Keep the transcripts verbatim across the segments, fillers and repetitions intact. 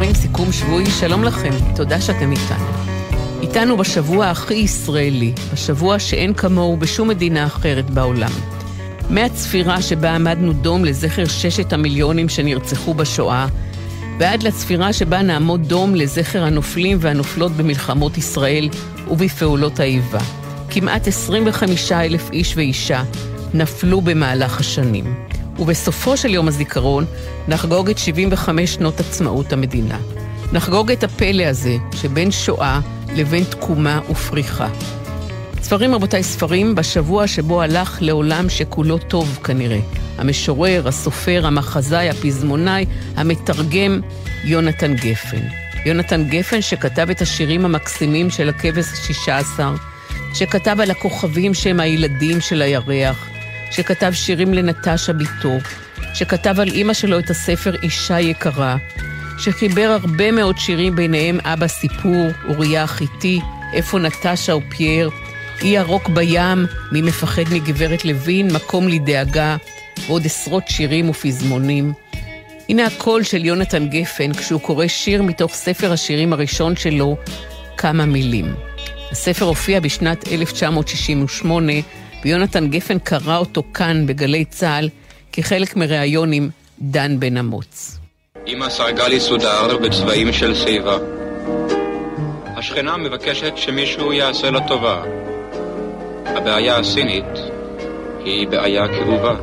ספרים, סיכום שבועי, שלום לכם, תודה שאתם איתנו. איתנו בשבוע הכי ישראלי, בשבוע שאין כמוהו בשום מדינה אחרת בעולם. מהצפירה שבה עמדנו דום לזכר ששת המיליונים שנרצחו בשואה, ועד לצפירה שבה נעמוד דום לזכר הנופלים והנופלות במלחמות ישראל ובפעולות האיבה. כמעט עשרים וחמישה אלף איש ואישה נפלו במהלך השנים. ובסופו של יום הזיכרון נחגוג את שבעים וחמש שנות עצמאות המדינה. נחגוג את הפלא הזה שבין שואה לבין תקומה ופריחה. ספרים רבותיי, ספרים בשבוע שבו הלך לעולם שכולו טוב כנראה. המשורר, הסופר, המחזאי, הפזמונאי, המתרגם יונתן גפן. יונתן גפן שכתב את השירים המקסימים של הכבש השישה עשר, שכתב על הכוכבים שהם הילדים של הירח, שכתב שירים לנטשה ביתו, שכתב על אמא שלו את הספר אישה יקרה, שחיבר הרבה מאוד שירים ביניהם אבא סיפור, אוריה החיתי, איפה נטשה ופייר, אי ירוק בים, מי מפחד מגברת לוין, מקום לדאגה, ועוד עשרות שירים ופזמונים. הנה הקול של יונתן גפן כשהוא קורא שיר מתוך ספר השירים הראשון שלו, כמה מילים. הספר הופיע בשנת אלף תשע מאות שישים ושמונה, ויונתן גפן קרא אותו כאן בגלי צהל כחלק מראיון עם דן בן אמוץ. אמא סרגה לי סודר בצבעים של שיבה. השכנה מבקשת שמישהו יעשה לה טובה. הבעיה הסינית היא בעיה כאובה.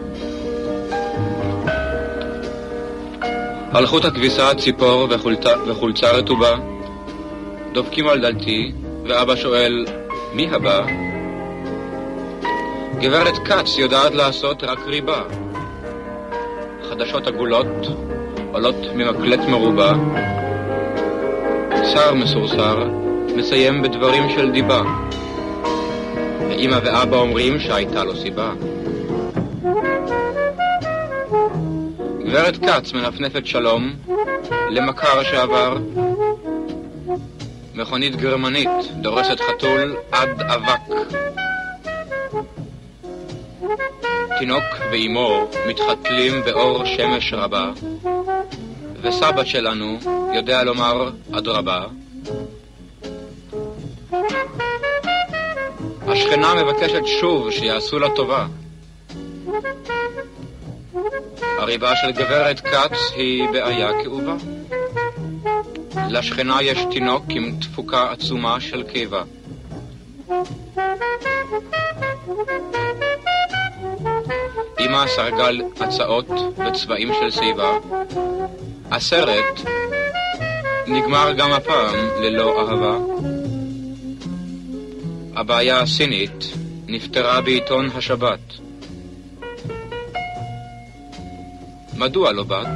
על חוט הכביסה ציפור וחולצה, וחולצה רטובה. דופקים על דלתי ואבא שואל מי הבא? גברת קץ יודעת לעשות רק ריבה. חדשות עגולות עולות ממקלט מרובה. שר מסורסר מסיים בדברים של דיבה. ואמא ואבא אומרים שהייתה לו סיבה. גברת קץ מנפנפת שלום למכר שעבר. מכונית גרמנית דורסת חתול עד אבק. תינוק ואימו מתחתלים באור שמש רבה, וסבא שלנו יודע לומר אדרבה. השכנה מבקשת שוב שיעשו לה טובה. הריבה של גברת קץ היא בעיה כאובה. לשכנה יש תינוק עם תפוקה עצומה של קיבה. אמא סרגל הצעות בצבעים של סיבה. הסרט נגמר גם הפעם ללא אהבה. הבעיה הסינית נפטרה בעיתון השבת. מדוע לא בת?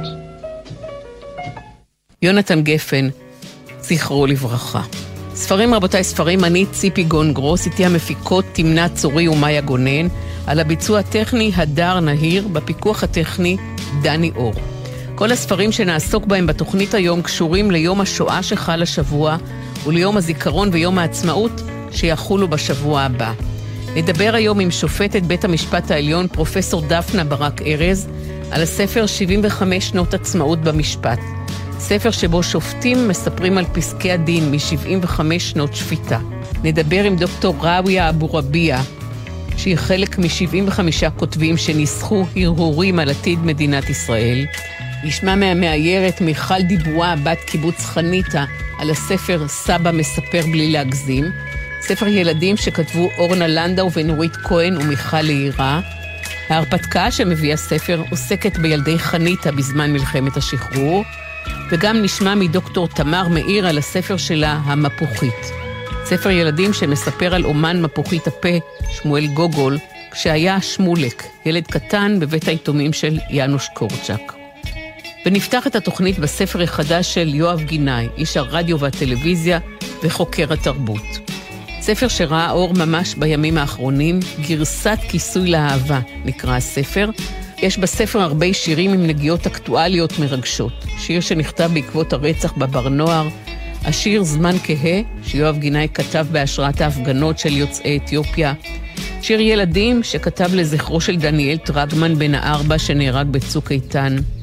יונתן גפן, זכרו לברכה. ספרים רבותיי, ספרים, אני ציפי גון גרוס, איתי המפיקות תמנה צורי ומאיה גונן, על הביצוע הטכני הדר נהיר, בפיקוח הטכני דני אור. כל הספרים שנעסוק בהם בתוכנית היום קשורים ליום השואה שחל השבוע וליום הזיכרון ויום העצמאות שיחולו בשבוע הבא. נדבר היום עם שופטת בית המשפט העליון פרופסור דפנה ברק ארז על הספר שבעים וחמש שנות עצמאות במשפט. ספר שבו שופטים מספרים על פסקי הדין מ-שבעים וחמש שנות שפיטה. נדבר עם דוקטור ראויה אבו רביע, שהיא חלק מ-שבעים וחמישה כותבים שניסחו הרהורים על עתיד מדינת ישראל. נשמע מהמאיירת מיכל דיבואה, בת קיבוץ חניתה, על הספר סבא מספר בלי להגזים. ספר ילדים שכתבו אורנה לנדאו ונורית כהן ומיכל להירה. ההרפתקה שמביאה ספר עוסקת בילדי חניתה בזמן מלחמת השחרור. וגם נשמע מדוקטור תמר מאיר על הספר שלה המפוחית. ספר ילדים שמספר על אומן מפוחית הפה, שמואל גוגול, כשהיה שמולק, ילד קטן בבית היתומים של יאנוש קורצ'ק. ונפתח את התוכנית בספר החדש של יואב גינאי, איש הרדיו והטלוויזיה וחוקר התרבות. ספר שראה אור ממש בימים האחרונים, גרסת כיסוי לאהבה נקרא הספר. יש בספר הרבה שירים עם נגיעות אקטואליות מרגשות. שיר שנכתב בעקבות הרצח בבר נוער, השיר זמן כהה, שיואב גינאי כתב בהשראת ההפגנות של יוצאי אתיופיה, שיר ילדים שכתב לזכרו של דניאל טרגמן בן הארבע שנהרג בצוק איתן,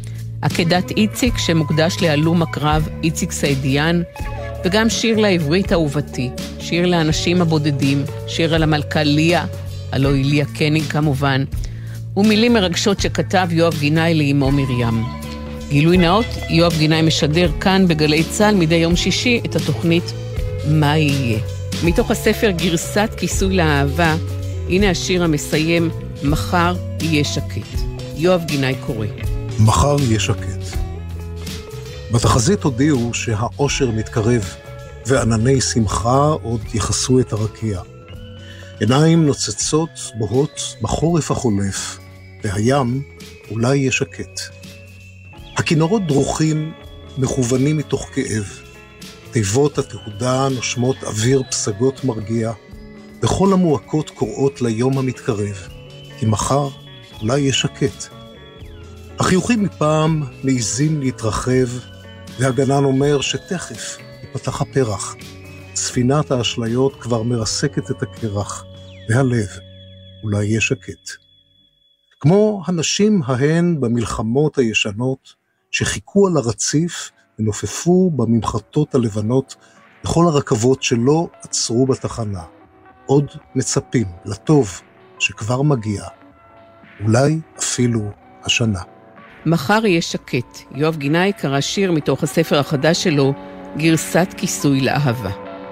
עקדת איציק שמוקדש להלום הקרב איציק סעידיאן, וגם שיר לעברית אהובתי, שיר לאנשים הבודדים, שיר על המלכה ליה, הלוא היא ליה קניג כמובן, ומילים מרגשות שכתב יואב גינאי לאמו מרים. גילוי נאות, יואב גינאי משדר כאן בגלי צה"ל מדי יום שישי את התוכנית מה יהיה. מתוך הספר גרסת כיסוי לאהבה, הנה השיר המסיים, מחר יהיה שקט. יואב גינאי קורא. מחר יהיה שקט. בתחזית הודיעו שהאושר מתקרב, וענני שמחה עוד יחסו את הרקיע. עיניים נוצצות בוהות בחורף החולף, והים אולי יהיה שקט. הכינורות דרוכים מכוונים מתוך כאב. תיבות התהודה נושמות אוויר פסגות מרגיע, וכל המועקות קוראות ליום המתקרב, כי מחר אולי יהיה שקט. החיוכים מפעם מעיזים להתרחב, והגנן אומר שתכף יפתח הפרח. ספינת האשליות כבר מרסקת את הקרח, והלב אולי יהיה שקט. כמו הנשים ההן במלחמות הישנות, שחיכו על הרציף ונופפו בממחטות הלבנות לכל הרכבות שלא עצרו בתחנה. עוד מצפים לטוב שכבר מגיע, אולי אפילו השנה. מחר יהיה שקט. יואב גינאי קרא שיר מתוך הספר החדש שלו, גרסת כיסוי לאהבה.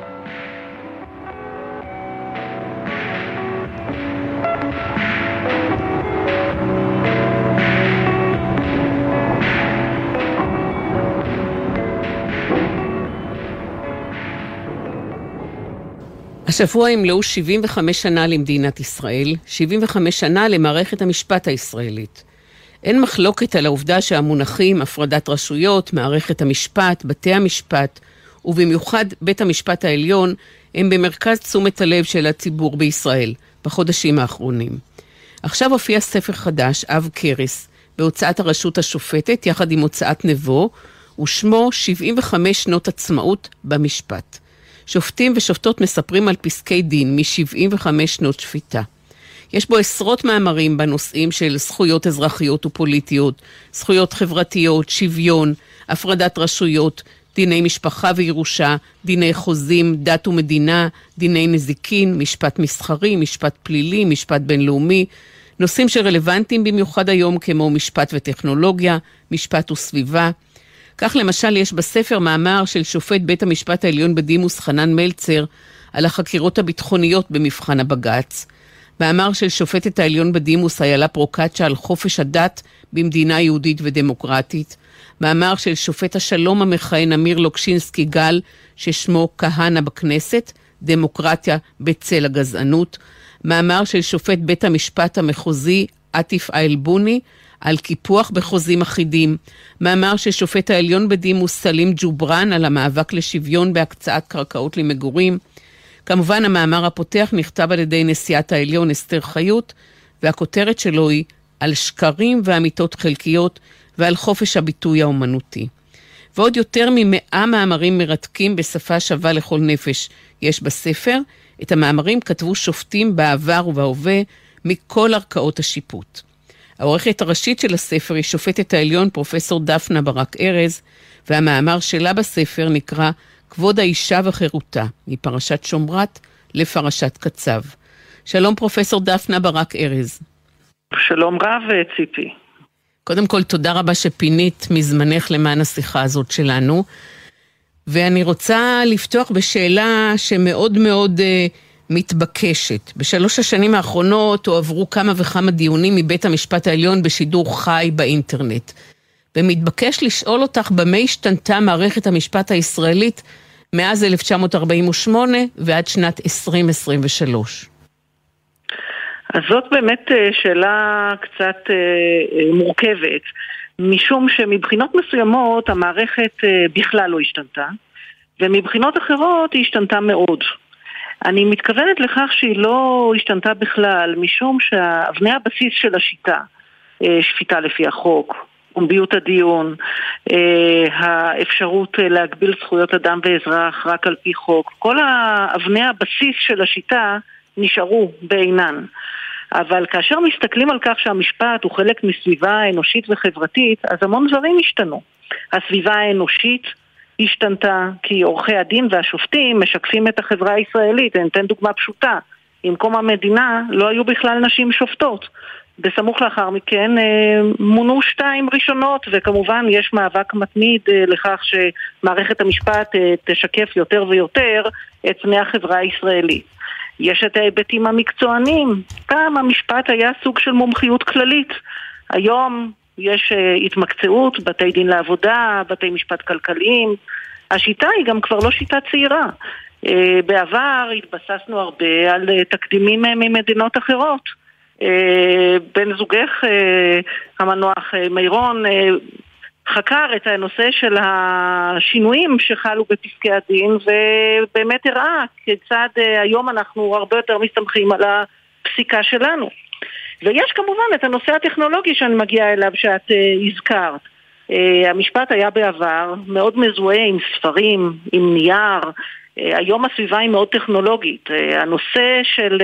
השבוע ימלאו שבעים וחמש שנה למדינת ישראל, שבעים וחמש שנה למערכת המשפט הישראלית. אין מחלוקת על העובדה שהמונחים, הפרדת רשויות, מערכת המשפט, בתי המשפט, ובמיוחד בית המשפט העליון, הם במרכז תשומת הלב של הציבור בישראל, בחודשים האחרונים. עכשיו הופיע ספר חדש, אב קרס, בהוצאת הרשות השופטת, יחד עם הוצאת נבו, ושמו שבעים וחמש שנות עצמאות במשפט. שופטים ושופטות מספרים על פסקי דין מ-שבעים וחמש שנות שפיטה. יש בו עשרות מאמרים בנושאים של זכויות אזרחיות ופוליטיות, זכויות חברתיות, שוויון, הפרדת רשויות, דיני משפחה וירושה, דיני חוזים, דת ומדינה, דיני נזיקין, משפט מסחרי, משפט פלילי, משפט בינלאומי, נושאים שרלוונטיים במיוחד היום כמו משפט וטכנולוגיה, משפט וסביבה. כך למשל יש בספר מאמר של שופט בית המשפט העליון בדימוס חנן מלצר על החקירות הביטחוניות במבחן הבג"ץ, מאמר של שופטת העליון בדימוס איילה פרוקצ'ה על חופש הדת במדינה יהודית ודמוקרטית, מאמר של שופט השלום המכהן אמיר לוקשינסקי גל ששמו כהנא בכנסת, דמוקרטיה בצל הגזענות, מאמר של שופט בית המשפט המחוזי עטיף אל-בוני על קיפוח בחוזים אחידים, מאמר של שופט העליון בדימוס סלים ג'וברן על המאבק לשוויון בהקצאת קרקעות למגורים. כמובן המאמר הפותח נכתב על ידי נשיאת העליון אסתר חיות, והכותרת שלו היא על שקרים ואמיתות חלקיות ועל חופש הביטוי האומנותי. ועוד יותר ממאה מאמרים מרתקים בשפה שווה לכל נפש יש בספר. את המאמרים כתבו שופטים בעבר ובהווה מכל ערכאות השיפוט. העורכת הראשית של הספר היא שופטת העליון פרופסור דפנה ברק ארז, והמאמר שלה בספר נקרא כבוד האישה וחירותה, מפרשת שומרת לפרשת קצב. שלום פרופסור דפנה ברק ארז. שלום רב ציפי. קודם כל תודה רבה שפינית מזמנך למען השיחה הזאת שלנו, ואני רוצה לפתוח בשאלה שמאוד מאוד uh, מתבקשת. בשלוש השנים האחרונות הועברו כמה וכמה דיונים מבית המשפט העליון בשידור חי באינטרנט. ומתבקש לשאול אותך במה השתנתה מערכת המשפט הישראלית מאז אלף תשע מאות ארבעים ושמונה ועד שנת עשרים עשרים ושלוש. אז זאת באמת שאלה קצת מורכבת, משום שמבחינות מסוימות המערכת בכלל לא השתנתה, ומבחינות אחרות היא השתנתה מאוד. אני מתכוונת לכך שהיא לא השתנתה בכלל, משום שאבני הבסיס של השיטה, שפיטה לפי החוק, פומביות הדיון, האפשרות להגביל זכויות אדם ואזרח רק על פי חוק, כל האבני הבסיס של השיטה נשארו בעינן. אבל כאשר מסתכלים על כך שהמשפט הוא חלק מסביבה אנושית וחברתית, אז המון דברים השתנו. הסביבה האנושית השתנתה, כי עורכי הדין והשופטים משקפים את החברה הישראלית. אני אתן דוגמה פשוטה. עם קום המדינה לא היו בכלל נשים שופטות. בסמוך לאחר מכן מונו שתיים ראשונות, וכמובן יש מאבק מתמיד לכך שמערכת המשפט תשקף יותר ויותר את פני החברה הישראלית. יש את ההיבטים המקצוענים. פעם המשפט היה סוג של מומחיות כללית. היום יש התמקצעות, בתי דין לעבודה, בתי משפט כלכליים. השיטה היא גם כבר לא שיטה צעירה. בעבר התבססנו הרבה על תקדימים ממדינות אחרות. בן זוגך המנוח מירון חקר את הנושא של השינויים שחלו בפסקי הדין, ובאמת הראה כיצד היום אנחנו הרבה יותר מסתמכים על הפסיקה שלנו. ויש כמובן את הנושא הטכנולוגי שאני מגיעה אליו שאת הזכרת. המשפט היה בעבר מאוד מזוהה עם ספרים, עם נייר. היום הסביבה היא מאוד טכנולוגית. הנושא של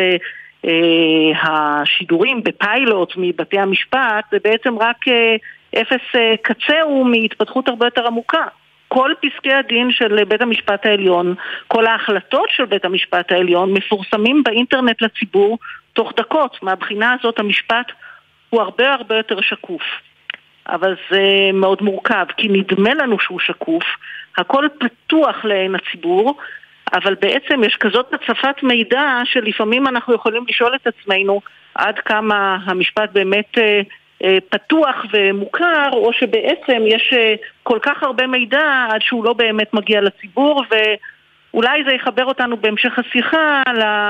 השידורים בפיילוט מבתי המשפט זה בעצם רק אפס קצהו מהתפתחות הרבה יותר עמוקה. כל פסקי הדין של בית המשפט העליון, כל ההחלטות של בית המשפט העליון מפורסמים באינטרנט לציבור תוך דקות. מהבחינה הזאת המשפט הוא הרבה הרבה יותר שקוף. אבל זה מאוד מורכב, כי נדמה לנו שהוא שקוף, הכל פתוח לעין הציבור, אבל בעצם יש כזאת הצפת מידע שלפעמים אנחנו יכולים לשאול את עצמנו עד כמה המשפט באמת אה, אה, פתוח ומוכר, או שבעצם יש אה, כל כך הרבה מידע עד שהוא לא באמת מגיע לציבור, ואולי זה יחבר אותנו בהמשך השיחה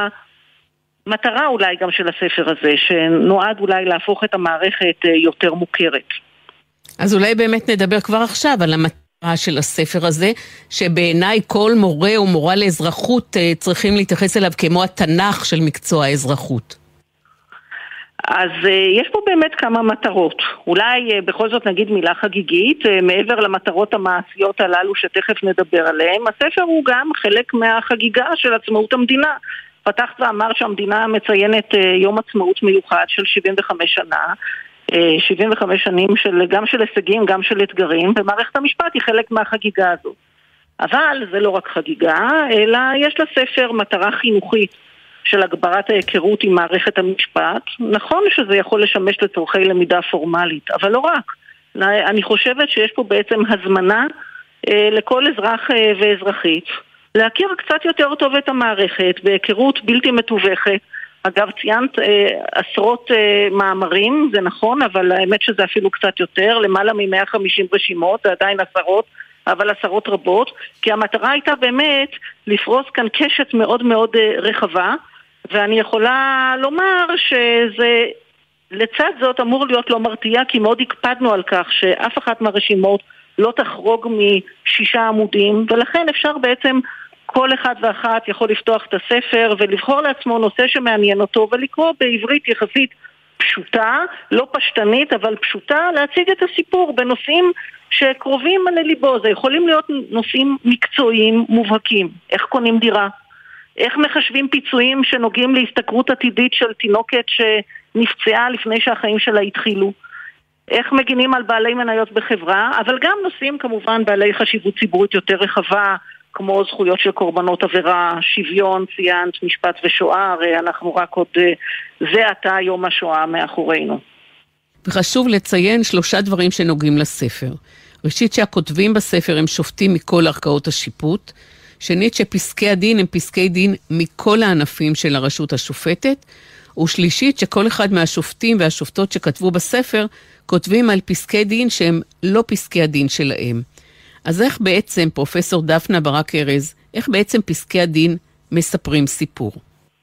למטרה אולי גם של הספר הזה, שנועד אולי להפוך את המערכת אה, יותר מוכרת. אז אולי באמת נדבר כבר עכשיו על המטרה של הספר הזה, שבעיניי כל מורה ומורה לאזרחות צריכים להתייחס אליו כמו התנ"ך של מקצוע האזרחות. אז יש פה באמת כמה מטרות. אולי בכל זאת נגיד מילה חגיגית, מעבר למטרות המעשיות הללו שתכף נדבר עליהן, הספר הוא גם חלק מהחגיגה של עצמאות המדינה. פתחת ואמר שהמדינה מציינת יום עצמאות מיוחד של שבעים וחמש שנה, שבעים וחמש שנים של, גם של הישגים, גם של אתגרים, ומערכת המשפט היא חלק מהחגיגה הזו. אבל זה לא רק חגיגה, אלא יש לספר מטרה חינוכית של הגברת ההיכרות עם מערכת המשפט. נכון שזה יכול לשמש לצורכי למידה פורמלית, אבל לא רק. אני חושבת שיש פה בעצם הזמנה לכל אזרח ואזרחית להכיר קצת יותר טוב את המערכת בהיכרות בלתי מתווכת. אגב, ציינת אה, עשרות אה, מאמרים, זה נכון, אבל האמת שזה אפילו קצת יותר, למעלה מ-מאה וחמישים רשימות, זה עדיין עשרות, אבל עשרות רבות, כי המטרה הייתה באמת לפרוס כאן קשת מאוד מאוד אה, רחבה, ואני יכולה לומר שזה לצד זאת אמור להיות לא מרתיע, כי מאוד הקפדנו על כך שאף אחת מהרשימות לא תחרוג משישה עמודים, ולכן אפשר בעצם כל אחד ואחת יכול לפתוח את הספר ולבחור לעצמו נושא שמעניין אותו ולקרוא בעברית יחסית פשוטה, לא פשטנית אבל פשוטה, להציג את הסיפור בנושאים שקרובים לליבו. זה יכולים להיות נושאים מקצועיים מובהקים. איך קונים דירה? איך מחשבים פיצויים שנוגעים להסתכרות עתידית של תינוקת שנפצעה לפני שהחיים שלה התחילו? איך מגינים על בעלי מניות בחברה? אבל גם נושאים כמובן בעלי חשיבות ציבורית יותר רחבה, כמו זכויות של קורבנות עבירה, שוויון, ציינת, משפט ושואה, הרי אנחנו רק עוד, זה עתה יום השואה מאחורינו. וחשוב לציין שלושה דברים שנוגעים לספר. ראשית, שהכותבים בספר הם שופטים מכל ערכאות השיפוט. שנית, שפסקי הדין הם פסקי דין מכל הענפים של הרשות השופטת. ושלישית, שכל אחד מהשופטים והשופטות שכתבו בספר, כותבים על פסקי דין שהם לא פסקי הדין שלהם. אז איך בעצם, פרופסור דפנה ברק ארז, איך בעצם פסקי הדין מספרים סיפור?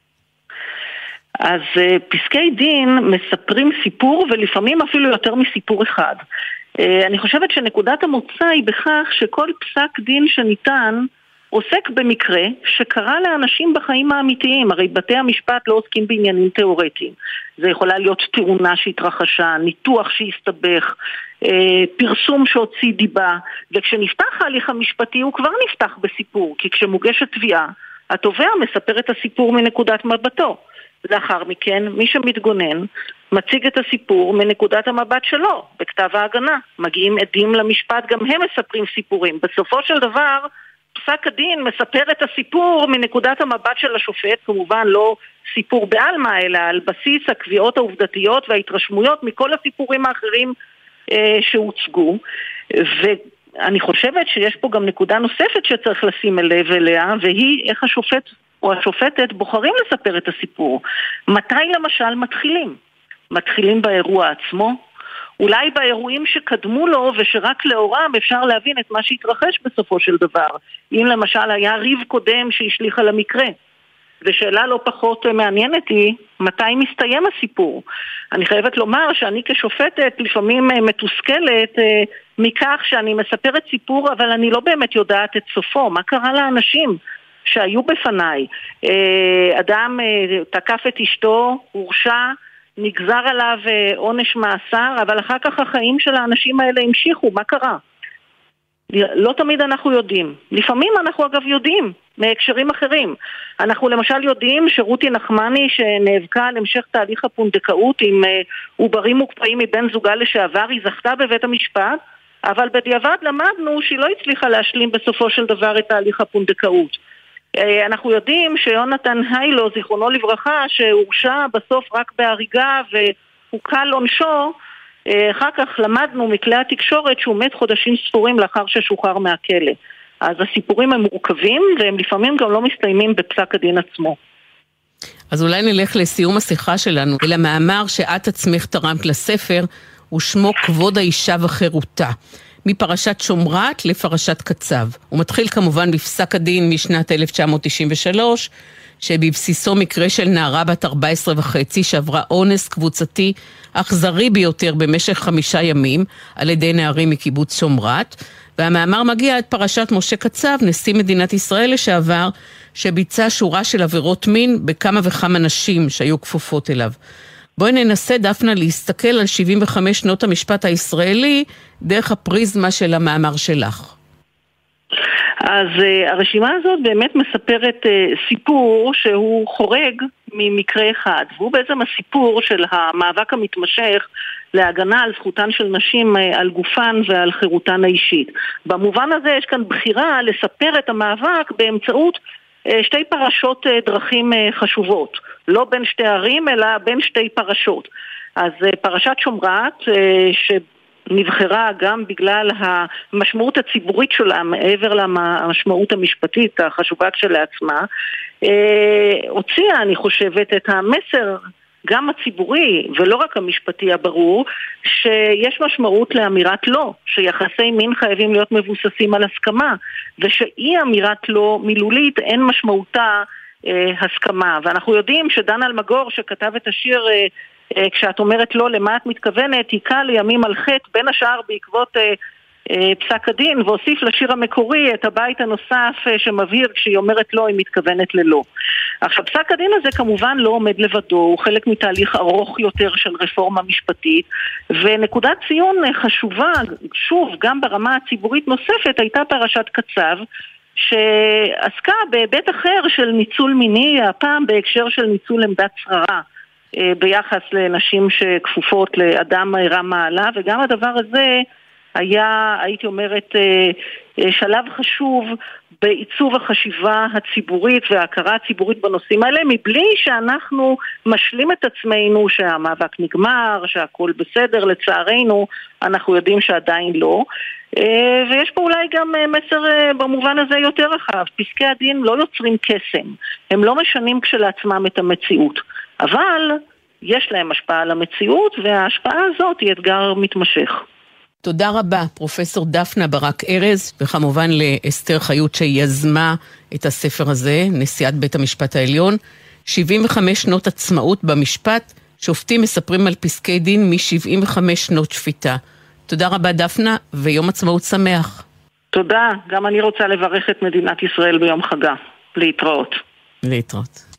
אז פסקי דין מספרים סיפור, ולפעמים אפילו יותר מסיפור אחד. אני חושבת שנקודת המוצא היא בכך שכל פסק דין שניתן עוסק במקרה שקרה לאנשים בחיים האמיתיים. הרי בתי המשפט לא עוסקים בעניינים תיאורטיים. זה יכולה להיות תאונה שהתרחשה, ניתוח שהסתבך, פרסום שהוציא דיבה, וכשנפתח ההליך המשפטי הוא כבר נפתח בסיפור, כי כשמוגשת תביעה, התובע מספר את הסיפור מנקודת מבטו. לאחר מכן, מי שמתגונן מציג את הסיפור מנקודת המבט שלו, בכתב ההגנה. מגיעים עדים למשפט, גם הם מספרים סיפורים. בסופו של דבר, פסק הדין מספר את הסיפור מנקודת המבט של השופט, כמובן לא סיפור בעלמא, אלא על בסיס הקביעות העובדתיות וההתרשמויות מכל הסיפורים האחרים אה, שהוצגו. ואני חושבת שיש פה גם נקודה נוספת שצריך לשים לב אליה, והיא איך השופט או השופטת בוחרים לספר את הסיפור. מתי למשל מתחילים? מתחילים באירוע עצמו? אולי באירועים שקדמו לו ושרק לאורם אפשר להבין את מה שהתרחש בסופו של דבר. אם למשל היה ריב קודם שהשליך על המקרה. ושאלה לא פחות מעניינת היא, מתי מסתיים הסיפור? אני חייבת לומר שאני כשופטת לפעמים מתוסכלת מכך שאני מספרת סיפור, אבל אני לא באמת יודעת את סופו. מה קרה לאנשים שהיו בפניי? אדם תקף את אשתו, הורשע, נגזר עליו עונש מאסר, אבל אחר כך החיים של האנשים האלה המשיכו. מה קרה? לא תמיד אנחנו יודעים. לפעמים אנחנו אגב יודעים מהקשרים אחרים. אנחנו למשל יודעים שרותי נחמני שנאבקה על המשך תהליך הפונדקאות עם עוברים מוקפאים מבן זוגה לשעבר, היא זכתה בבית המשפט, אבל בדיעבד למדנו שהיא לא הצליחה להשלים בסופו של דבר את תהליך הפונדקאות. אנחנו יודעים שיונתן היילו, זיכרונו לברכה, שהורשע בסוף רק בהריגה והוקל עונשו, אחר כך למדנו מכלי התקשורת שהוא מת חודשים ספורים לאחר ששוחרר מהכלא. אז הסיפורים הם מורכבים והם לפעמים גם לא מסתיימים בפסק הדין עצמו. אז אולי נלך לסיום השיחה שלנו, אל המאמר שאת עצמך תרמת לספר, ושמו כבוד האישה וחירותה. מפרשת שומרת לפרשת קצב. הוא מתחיל כמובן בפסק הדין משנת אלף תשע מאות תשעים ושלוש, שבבסיסו מקרה של נערה בת ארבע עשרה וחצי שעברה אונס קבוצתי אכזרי ביותר במשך חמישה ימים על ידי נערים מקיבוץ שומרת, והמאמר מגיע את פרשת משה קצב, נשיא מדינת ישראל לשעבר, שביצע שורה של עבירות מין בכמה וכמה נשים שהיו כפופות אליו. בואי ננסה דפנה להסתכל על שבעים וחמש שנות המשפט הישראלי דרך הפריזמה של המאמר שלך. אז uh, הרשימה הזאת באמת מספרת uh, סיפור שהוא חורג ממקרה אחד, והוא בעצם הסיפור של המאבק המתמשך להגנה על זכותן של נשים uh, על גופן ועל חירותן האישית. במובן הזה יש כאן בחירה לספר את המאבק באמצעות uh, שתי פרשות uh, דרכים uh, חשובות, לא בין שתי ערים אלא בין שתי פרשות. אז uh, פרשת שומרת uh, ש... נבחרה גם בגלל המשמעות הציבורית שלה, מעבר למשמעות המשפטית החשובה כשלעצמה, הוציאה, אני חושבת, את המסר גם הציבורי ולא רק המשפטי הברור, שיש משמעות לאמירת לא, שיחסי מין חייבים להיות מבוססים על הסכמה, ושאי אמירת לא מילולית אין משמעותה הסכמה. ואנחנו יודעים שדן אלמגור שכתב את השיר כשאת אומרת לא, למה את מתכוונת, היכה לימים על חטא בין השאר בעקבות אה, אה, פסק הדין, והוסיף לשיר המקורי את הבית הנוסף אה, שמבהיר כשהיא אומרת לא, היא מתכוונת ללא. עכשיו, פסק הדין הזה כמובן לא עומד לבדו, הוא חלק מתהליך ארוך יותר של רפורמה משפטית, ונקודת ציון חשובה, שוב, גם ברמה הציבורית נוספת, הייתה פרשת קצב, שעסקה בהיבט אחר של ניצול מיני, הפעם בהקשר של ניצול עמדת שררה. ביחס לנשים שכפופות לאדם רם מעלה, וגם הדבר הזה היה, הייתי אומרת, שלב חשוב בעיצוב החשיבה הציבורית וההכרה הציבורית בנושאים האלה, מבלי שאנחנו משלים את עצמנו שהמאבק נגמר, שהכל בסדר, לצערנו אנחנו יודעים שעדיין לא. ויש פה אולי גם מסר במובן הזה יותר רחב. פסקי הדין לא יוצרים קסם, הם לא משנים כשלעצמם את המציאות, אבל יש להם השפעה על המציאות, וההשפעה הזאת היא אתגר מתמשך. תודה רבה, פרופסור דפנה ברק ארז, וכמובן לאסתר חיות שיזמה את הספר הזה, נשיאת בית המשפט העליון. שבעים וחמש שנות עצמאות במשפט, שופטים מספרים על פסקי דין מ-שבעים וחמש שנות שפיטה. תודה רבה דפנה, ויום עצמאות שמח. תודה, גם אני רוצה לברך את מדינת ישראל ביום חגה. להתראות. להתראות.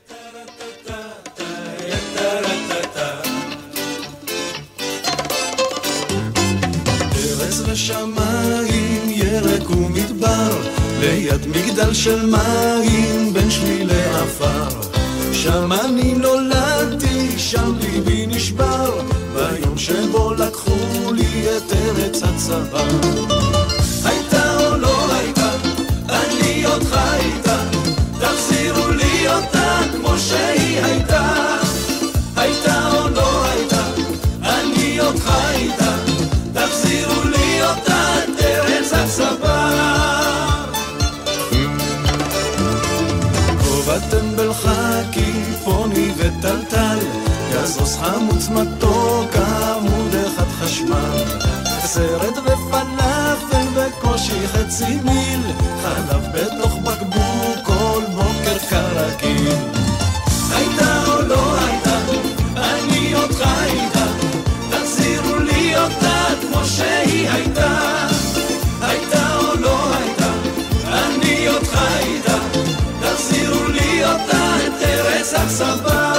ושמיים ירק ומדבר ליד מגדל של מים בין שבילי עפר שם אני נולדתי, שם ליבי נשבר, ביום שבו לקחו לי את ארץ הצבא. הייתה או לא הייתה, אני אותך הייתה, תחזירו לי אותה כמו שהיא הייתה. הייתה או לא הייתה, אני אותך הייתה, תחזירו לי אותה את ארץ הצבא. כובעתם בלחקי, פוני וטלטל, יזוס חמוץ מתוק, עמוד אחד חשמל, סרט ופלאפל בקושי חצי מיל, חלב בתוך בקבוק כל בוקר כרגיל. הייתה או לא הייתה, אני אותך הייתה, תחזירו לי אותה כמו שהיא הייתה. הייתה או לא הייתה, אני אותך הייתה, תחזירו לי אותה את ארץ הצבא.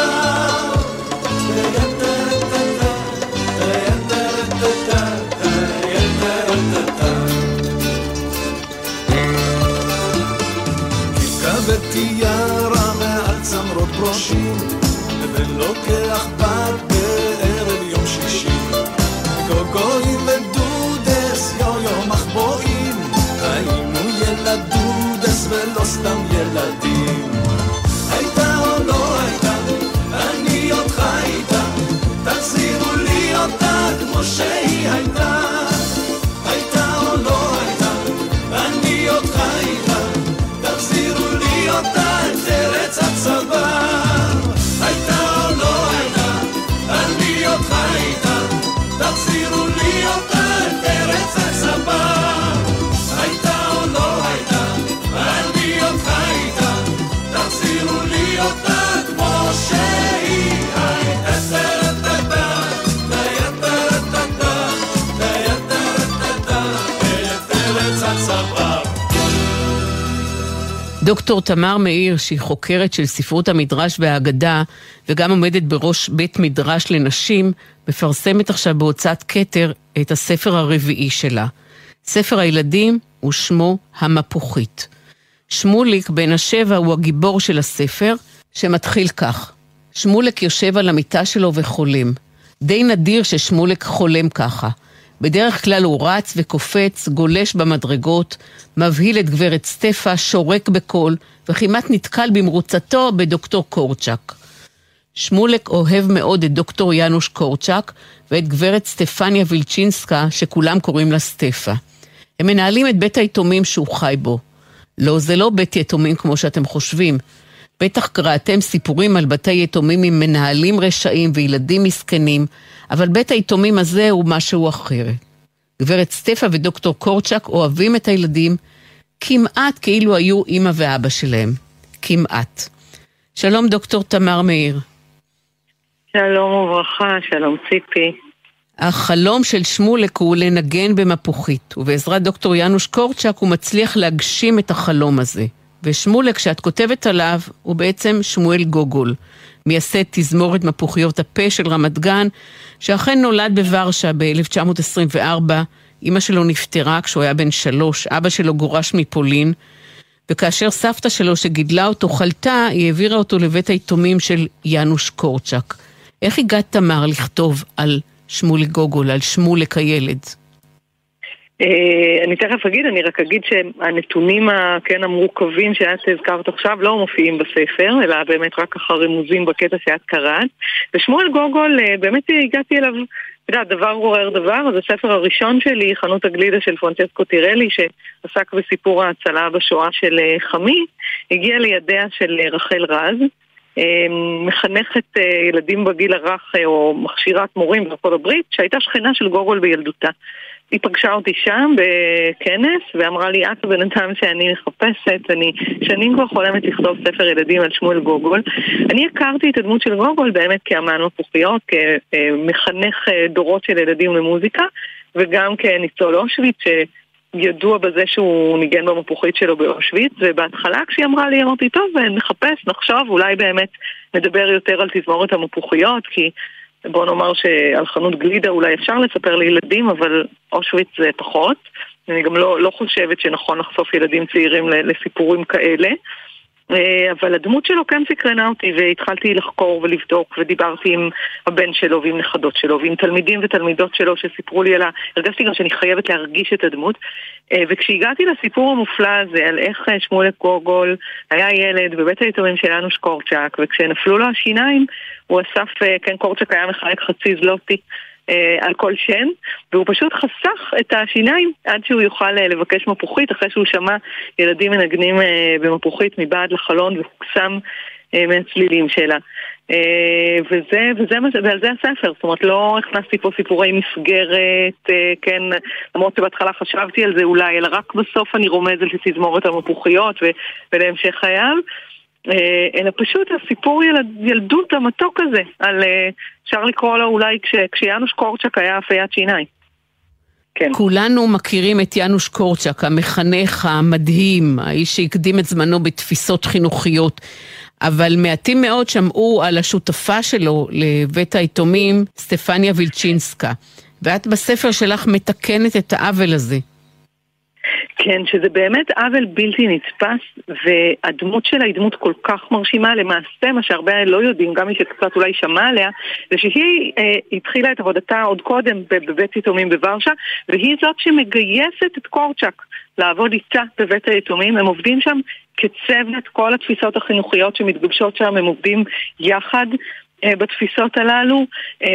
ותיארה מעל צמרות ברושים, ולוקח בת בערב יום שישי, גוגויים ודודס, יו-יו מחבואים, היינו ילדודס ולא סתם ילדים. הייתה או לא הייתה, אני אותך הייתה, תחזירו לי אותה כמו שהיא הייתה. הייתה או לא הייתה, אני אותך הייתה, תחזירו לי אותה את ארץ הצבא. הייתה או לא הייתה, אני אותך הייתה, תחזירו לי אותה את ארץ הצבא. הייתה או לא הייתה, אני אותך הייתה, תחזירו לי אותה כמו שהיא הייתה. דוקטור תמר מאיר, שהיא חוקרת של ספרות המדרש והאגדה, וגם עומדת בראש בית מדרש לנשים, מפרסמת עכשיו בהוצאת כתר את הספר הרביעי שלה. ספר הילדים ושמו המפוחית. שמוליק בן השבע הוא הגיבור של הספר, שמתחיל כך. שמוליק יושב על המיטה שלו וחולם. די נדיר ששמוליק חולם ככה. בדרך כלל הוא רץ וקופץ, גולש במדרגות, מבהיל את גברת סטפה, שורק בקול, וכמעט נתקל במרוצתו בדוקטור קורצ'ק. שמולק אוהב מאוד את דוקטור ינוש קורצ'ק, ואת גברת סטפניה וילצ'ינסקה, שכולם קוראים לה סטפה. הם מנהלים את בית היתומים שהוא חי בו. לא, זה לא בית יתומים כמו שאתם חושבים. בטח קראתם סיפורים על בתי יתומים עם מנהלים רשעים וילדים מסכנים, אבל בית היתומים הזה הוא משהו אחר. גברת סטפה ודוקטור קורצ'ק אוהבים את הילדים כמעט כאילו היו אמא ואבא שלהם. כמעט. שלום דוקטור תמר מאיר. שלום וברכה, שלום ציפי. החלום של שמולק הוא לנגן במפוחית, ובעזרת דוקטור ינוש קורצ'ק הוא מצליח להגשים את החלום הזה. ושמולק, כשאת כותבת עליו, הוא בעצם שמואל גוגול, מייסד תזמורת מפוחיות הפה של רמת גן, שאכן נולד בוורשה ב-אלף תשע מאות עשרים וארבע, אמא שלו נפטרה כשהוא היה בן שלוש, אבא שלו גורש מפולין, וכאשר סבתא שלו שגידלה אותו חלתה, היא העבירה אותו לבית היתומים של ינוש קורצ'ק. איך הגעת תמר לכתוב על שמואל גוגול, על שמולק הילד? אני תכף אגיד, אני רק אגיד שהנתונים המורכבים שאת הזכרת עכשיו לא מופיעים בספר, אלא באמת רק אחר רמוזים בקטע שאת קראת. ושמואל גוגול, באמת הגעתי אליו, אתה יודע, דבר עורר דבר, אז הספר הראשון שלי, חנות הגלידה של פרנצ'סקו טירלי, שעסק בסיפור ההצלה בשואה של חמי, הגיע לידיה של רחל רז, מחנכת ילדים בגיל הרך או מכשירת מורים בארצות הברית, שהייתה שכנה של גוגול בילדותה. היא פגשה אותי שם בכנס ואמרה לי, את הבן אדם שאני מחפשת, אני שנים כבר חולמת לכתוב ספר ילדים על שמואל גוגול. אני הכרתי את הדמות של גוגול באמת כאמן מפוחיות, כמחנך דורות של ילדים למוזיקה, וגם כניצול אושוויץ שידוע בזה שהוא ניגן במפוחית שלו באושוויץ, ובהתחלה כשהיא אמרה לי, אמרתי, טוב, נחפש, נחשוב, אולי באמת נדבר יותר על תזמורת המפוחיות, כי בוא נאמר שעל חנות גלידה אולי אפשר לספר לילדים, אבל אושוויץ זה פחות. אני גם לא, לא חושבת שנכון לחשוף ילדים צעירים לסיפורים כאלה. אבל הדמות שלו כן סקרנה אותי, והתחלתי לחקור ולבדוק, ודיברתי עם הבן שלו ועם נכדות שלו ועם תלמידים ותלמידות שלו שסיפרו לי על ה... הרגשתי גם שאני חייבת להרגיש את הדמות, וכשהגעתי לסיפור המופלא הזה על איך שמואל גוגול היה ילד בבית היתומים של יאנוש קורצ'אק, וכשנפלו לו השיניים הוא אסף, כן, קורצ'אק היה מחלק חצי זלוטי על כל שן, והוא פשוט חסך את השיניים עד שהוא יוכל לבקש מפוחית, אחרי שהוא שמע ילדים מנגנים במפוחית מבעד לחלון והוקסם מהצלילים שלה. וזה, וזה, ועל זה הספר, זאת אומרת, לא הכנסתי פה סיפורי מסגרת, כן, למרות שבהתחלה חשבתי על זה אולי, אלא רק בסוף אני רומזת לתזמורת המפוחיות ולהמשך חייו, אלא פשוט הסיפור ילד, ילדות המתוק הזה, על, אפשר לקרוא לו אולי כש, כשיאנוש קורצ'אק היה אפיית שיניים. כן. כולנו מכירים את יאנוש קורצ'אק, המחנך המדהים, האיש שהקדים את זמנו בתפיסות חינוכיות, אבל מעטים מאוד שמעו על השותפה שלו לבית היתומים, סטפניה וילצ'ינסקה, ואת בספר שלך מתקנת את העוול הזה. כן, שזה באמת עוול בלתי נתפס, והדמות שלה היא דמות כל כך מרשימה, למעשה מה שהרבה לא יודעים, גם מי שקצת אולי שמע עליה, זה שהיא אה, התחילה את עבודתה עוד קודם בבית יתומים בוורשה, והיא זאת שמגייסת את קורצ'אק לעבוד איתה בבית היתומים. הם עובדים שם כצוות, כל התפיסות החינוכיות שמתגבשות שם, הם עובדים יחד בתפיסות הללו.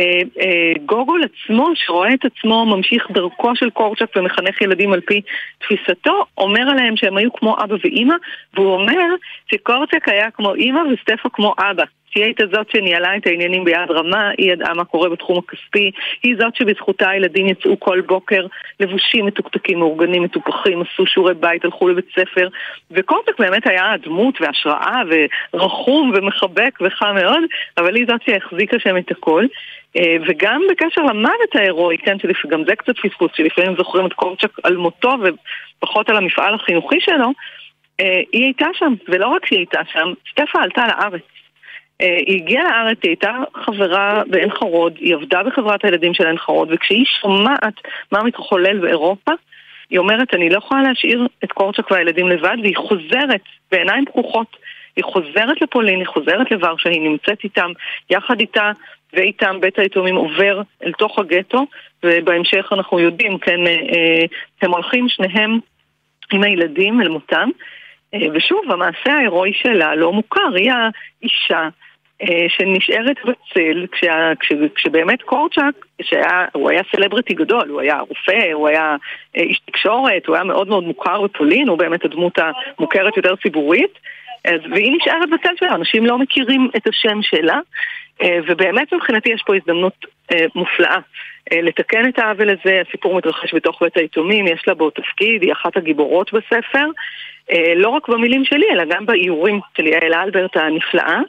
גוגול עצמו, שרואה את עצמו ממשיך דרכו של קורצ'אק ומחנך ילדים על פי תפיסתו, אומר עליהם שהם היו כמו אבא ואמא, והוא אומר שקורצ'אק היה כמו אמא וסטפה כמו אבא. היא הייתה זאת שניהלה את העניינים ביד רמה, היא ידעה מה קורה בתחום הכספי, היא זאת שבזכותה הילדים יצאו כל בוקר לבושים מתוקתקים, מאורגנים, מטופחים, עשו שיעורי בית, הלכו לבית ספר, וקורצ'אק באמת היה דמות והשראה ורחום ומחבק וחם מאוד, אבל היא זאת שהחזיקה שם את הכל. וגם בקשר למוות ההירואי, כן, שגם זה קצת פספוס, שלפעמים זוכרים את קורצ'אק על מותו ופחות על המפעל החינוכי שלו, היא הייתה שם, ולא רק שהיא הייתה שם, סטפה עלתה לארץ. היא הגיעה לארץ, היא הייתה חברה בעין חרוד, היא עבדה בחברת הילדים של עין חרוד, וכשהיא שומעת מה מתחולל באירופה, היא אומרת, אני לא יכולה להשאיר את קורצ'אק והילדים לבד, והיא חוזרת בעיניים פקוחות, היא חוזרת לפולין, היא חוזרת לוורשה, היא נמצאת איתם, יחד איתה ואיתם בית היתומים עובר אל תוך הגטו, ובהמשך אנחנו יודעים, כן, הם הולכים שניהם עם הילדים אל מותם, ושוב, המעשה ההירואי שלה לא מוכר, היא האישה שנשארת בצל, כשה, כש, כשבאמת קורצ'אק, שהוא היה סלבריטי גדול, הוא היה רופא, הוא היה איש תקשורת, הוא היה מאוד מאוד מוכר בפולין, הוא באמת הדמות המוכרת יותר ציבורית, והיא נשארת בצל שלה, אנשים לא מכירים את השם שלה, ובאמת מבחינתי יש פה הזדמנות מופלאה לתקן את העוול הזה. הסיפור מתרחש בתוך בית היתומים, יש לה בו תפקיד, היא אחת הגיבורות בספר, לא רק במילים שלי, אלא גם באיורים של יעל אלברט הנפלאה,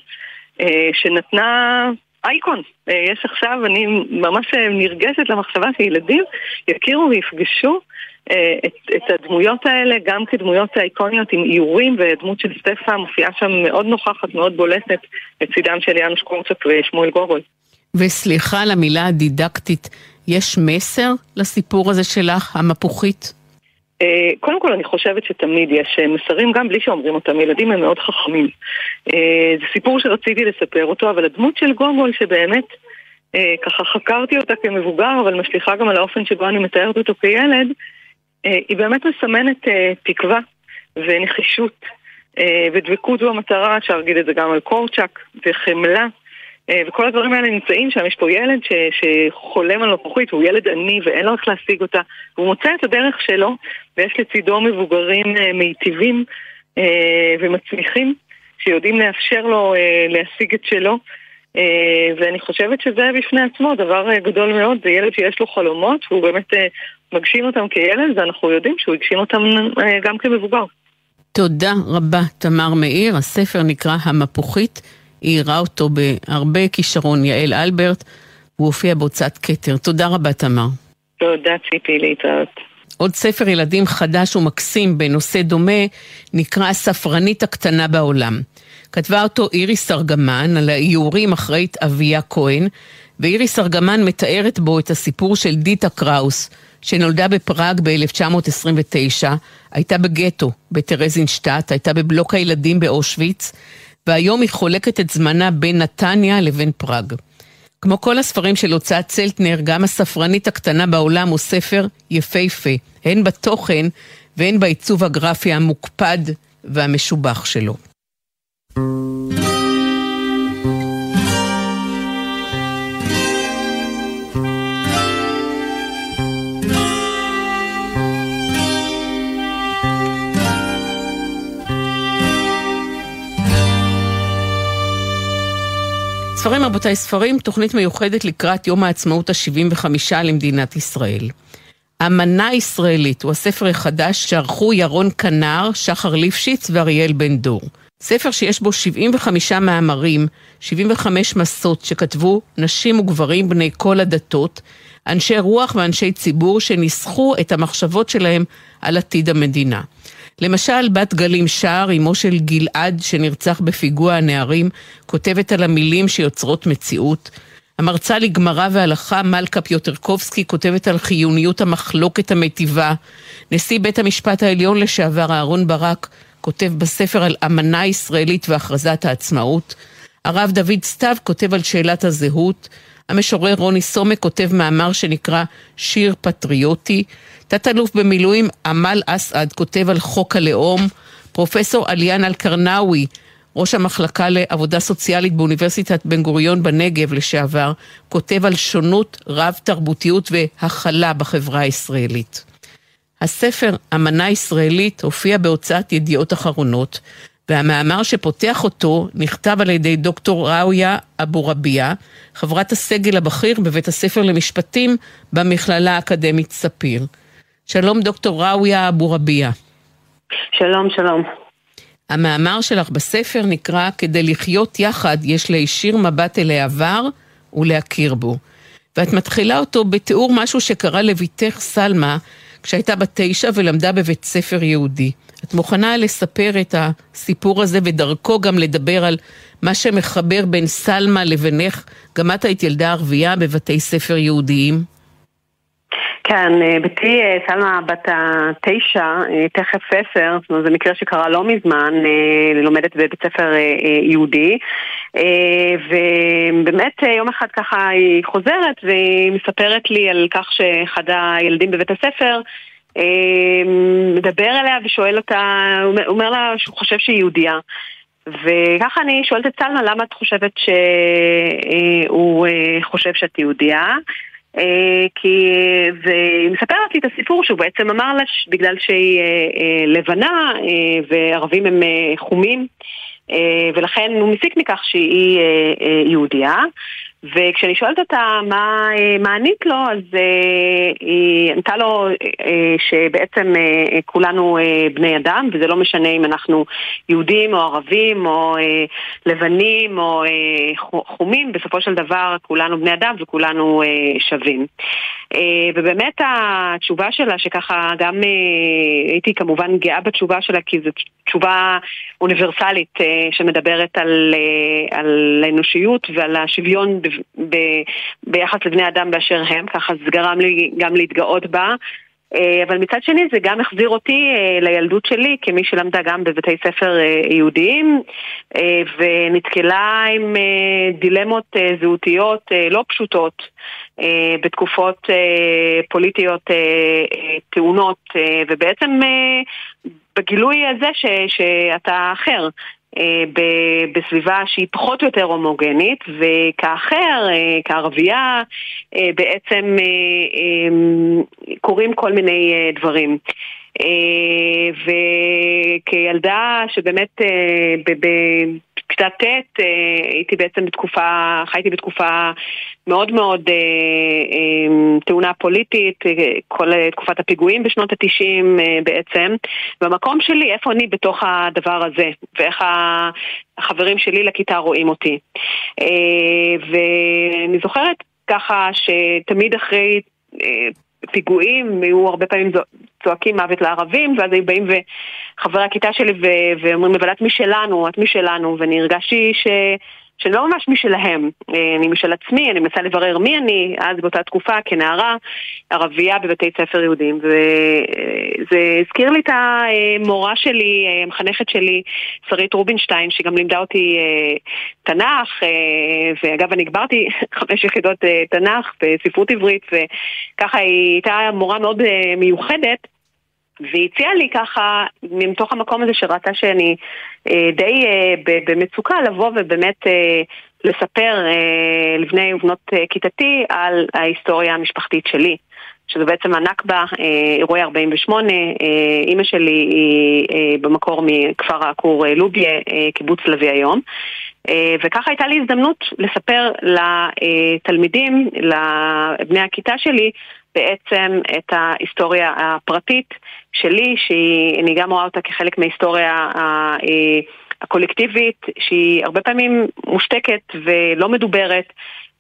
שנתנה אייקון. יש עכשיו, אני ממש נרגשת למחשבה שילדים יכירו ויפגשו את, את הדמויות האלה, גם כדמויות האיקוניות עם איורים, ודמות של סטפה מופיעה שם מאוד נוכחת, מאוד בולטת, לצידם של יאנוש קורצ'אק ושמואל גוגול. וסליחה על המילה הדידקטית, יש מסר לסיפור הזה שלך, המפוחית? קודם כל אני חושבת שתמיד יש מסרים, גם בלי שאומרים אותם, ילדים הם מאוד חכמים. זה סיפור שרציתי לספר אותו, אבל הדמות של גוגול שבאמת ככה חקרתי אותה כמבוגר, אבל משליחה גם על האופן שבו אני מתארת אותו כילד, היא באמת מסמנת תקווה ונחישות ודבקות במטרה, אפשר להגיד את זה גם על קורצ'אק, וחמלה, וכל הדברים האלה נמצאים שם. יש פה ילד ש, שחולם על מפוחית, הוא ילד עני ואין לו איך להשיג אותה, והוא מוצא את הדרך שלו, ויש לצידו מבוגרים מיטיבים ומצמיחים, שיודעים לאפשר לו להשיג את שלו, ואני חושבת שזה בפני עצמו דבר גדול מאוד. זה ילד שיש לו חלומות, והוא באמת מגשים אותם כילד, ואנחנו יודעים שהוא הגשים אותם גם כמבוגר. תודה רבה תמר מאיר. הספר נקרא המפוחית, היא הראה אותו בהרבה כישרון, יעל אלברט, הוא הופיע בהוצאת כתר. תודה רבה תמר. תודה ציפי, להתראות. עוד ספר ילדים חדש ומקסים בנושא דומה, נקרא הספרנית הקטנה בעולם. כתבה אותו איריס ארגמן, על האיורים אחרית אביה כהן, ואיריס ארגמן מתארת בו את הסיפור של דיטה קראוס, שנולדה בפראג ב-אלף תשע מאות עשרים ותשע, הייתה בגטו בטרזינשטט, הייתה בבלוק הילדים באושוויץ, והיום היא חולקת את זמנה בין נתניה לבין פראג. כמו כל הספרים של הוצאת צלטנר, גם הספרנית הקטנה בעולם הוא ספר יפהפה, הן בתוכן והן בעיצוב הגרפי המוקפד והמשובח שלו. ספרים רבותיי ספרים, תוכנית מיוחדת לקראת יום העצמאות ה-שבעים וחמש למדינת ישראל. אמנה ישראלית הוא הספר החדש שערכו ירון כנר, שחר ליפשיץ ואריאל בן דור. ספר שיש בו שבעים וחמישה מאמרים, שבעים וחמש מסות שכתבו נשים וגברים בני כל הדתות, אנשי רוח ואנשי ציבור שניסחו את המחשבות שלהם על עתיד המדינה. למשל, בת גלים שער, אמו של גלעד שנרצח בפיגוע הנערים, כותבת על המילים שיוצרות מציאות. המרצה לגמרא והלכה, מלכה פיוטרקובסקי, כותבת על חיוניות המחלוקת המטיבה. נשיא בית המשפט העליון לשעבר, אהרון ברק, כותב בספר על אמנה ישראלית והכרזת העצמאות. הרב דוד סתיו כותב על שאלת הזהות. המשורר רוני סומק כותב מאמר שנקרא שיר פטריוטי. תת-אלוף במילואים עמל אסעד כותב על חוק הלאום. פרופסור עליאן אל-קרנאווי, ראש המחלקה לעבודה סוציאלית באוניברסיטת בן גוריון בנגב לשעבר, כותב על שונות, רב תרבותיות והכלה בחברה הישראלית. הספר אמנה ישראלית הופיע בהוצאת ידיעות אחרונות, והמאמר שפותח אותו נכתב על ידי דוקטור ראויה אבו רביע, חברת הסגל הבכיר בבית הספר למשפטים במכללה האקדמית ספיר. שלום דוקטור ראויה אבו רביע. שלום, שלום. המאמר שלך בספר נקרא כדי לחיות יחד יש להישיר מבט אל העבר ולהכיר בו. ואת מתחילה אותו בתיאור משהו שקרה לביתך סלמה כשהייתה בת תשע ולמדה בבית ספר יהודי. את מוכנה לספר את הסיפור הזה ודרכו גם לדבר על מה שמחבר בין סלמה לבינך, גם את היית ילדה ערבייה בבתי ספר יהודיים? כן, בתי סלמה בת התשע, תכף עשר, זאת אומרת, זה מקרה שקרה לא מזמן, לומדת בבית ספר יהודי, ובאמת יום אחד ככה היא חוזרת והיא מספרת לי על כך שאחד הילדים בבית הספר מדבר אליה ושואל אותה, הוא אומר לה שהוא חושב שהיא יהודייה. וככה אני שואלת את סלמה, למה את חושבת שהוא חושב שאת יהודייה? כי היא מספרת לי את הסיפור שהוא בעצם אמר לה בגלל שהיא לבנה וערבים הם חומים, ולכן הוא מסיק מכך שהיא יהודייה. וכשאני שואלת אותה מה, מה ענית לו, אז היא ענתה לו שבעצם כולנו בני אדם, וזה לא משנה אם אנחנו יהודים או ערבים או לבנים או חומים, בסופו של דבר כולנו בני אדם וכולנו שווים. ובאמת התשובה שלה, שככה גם הייתי כמובן גאה בתשובה שלה, כי זו תשובה אוניברסלית שמדברת על, על האנושיות ועל השוויון ב, ב, ביחס לבני אדם באשר הם, ככה זה גרם לי גם להתגאות בה. אבל מצד שני זה גם החזיר אותי לילדות שלי כמי שלמדה גם בבתי ספר יהודיים ונתקלה עם דילמות זהותיות לא פשוטות בתקופות פוליטיות טעונות, ובעצם בגילוי הזה ש, שאתה אחר בסביבה שהיא פחות או יותר הומוגנית, וכאחר, כערבייה, בעצם קורים כל מיני דברים. וכילדה שבאמת בכיתה ט' הייתי בעצם בתקופה, חייתי בתקופה מאוד מאוד תאונה פוליטית, כל תקופת הפיגועים בשנות התשעים בעצם, במקום שלי, איפה אני בתוך הדבר הזה, ואיך החברים שלי לכיתה רואים אותי. ואני זוכרת ככה שתמיד אחרי פיגועים היו הרבה פעמים צועקים מוות לערבים, ואז היו באים וחברי הכיתה שלי ואומרים, אבל את משלנו, את משלנו, ואני הרגשתי ש... שאני לא ממש משלהם, אני משל עצמי, אני מנסה לברר מי אני, אז באותה תקופה כנערה ערבייה בבתי ספר יהודים, וזה הזכיר לי את המורה שלי, המחנכת שלי, שרית רובינשטיין, שגם לימדה אותי תנ"ך, ואגב אני הגברתי חמש יחידות תנ"ך בספרות עברית, וככה היא הייתה מורה מאוד מיוחדת, והיא הציעה לי ככה, מתוך המקום הזה שראתה שאני אה, די אה, במצוקה לבוא ובאמת אה, לספר אה, לבני ובנות אה, כיתתי על ההיסטוריה המשפחתית שלי, שזה בעצם הנכבה, אה, אירועי ארבעים ושמונה, אה, אמא שלי היא אה, במקור מכפר העקור אה, לוביה, אה, קיבוץ לוי היום, אה, וככה הייתה לי הזדמנות לספר לתלמידים, לבני הכיתה שלי, בעצם את ההיסטוריה הפרטית שלי, שאני גם רואה אותה כחלק מההיסטוריה הקולקטיבית, שהיא הרבה פעמים מושתקת ולא מדוברת,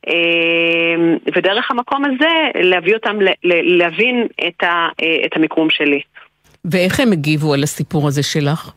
ודרך המקום הזה להביא אותם להבין את המיקום שלי. ואיך הם הגיבו על הסיפור הזה שלך?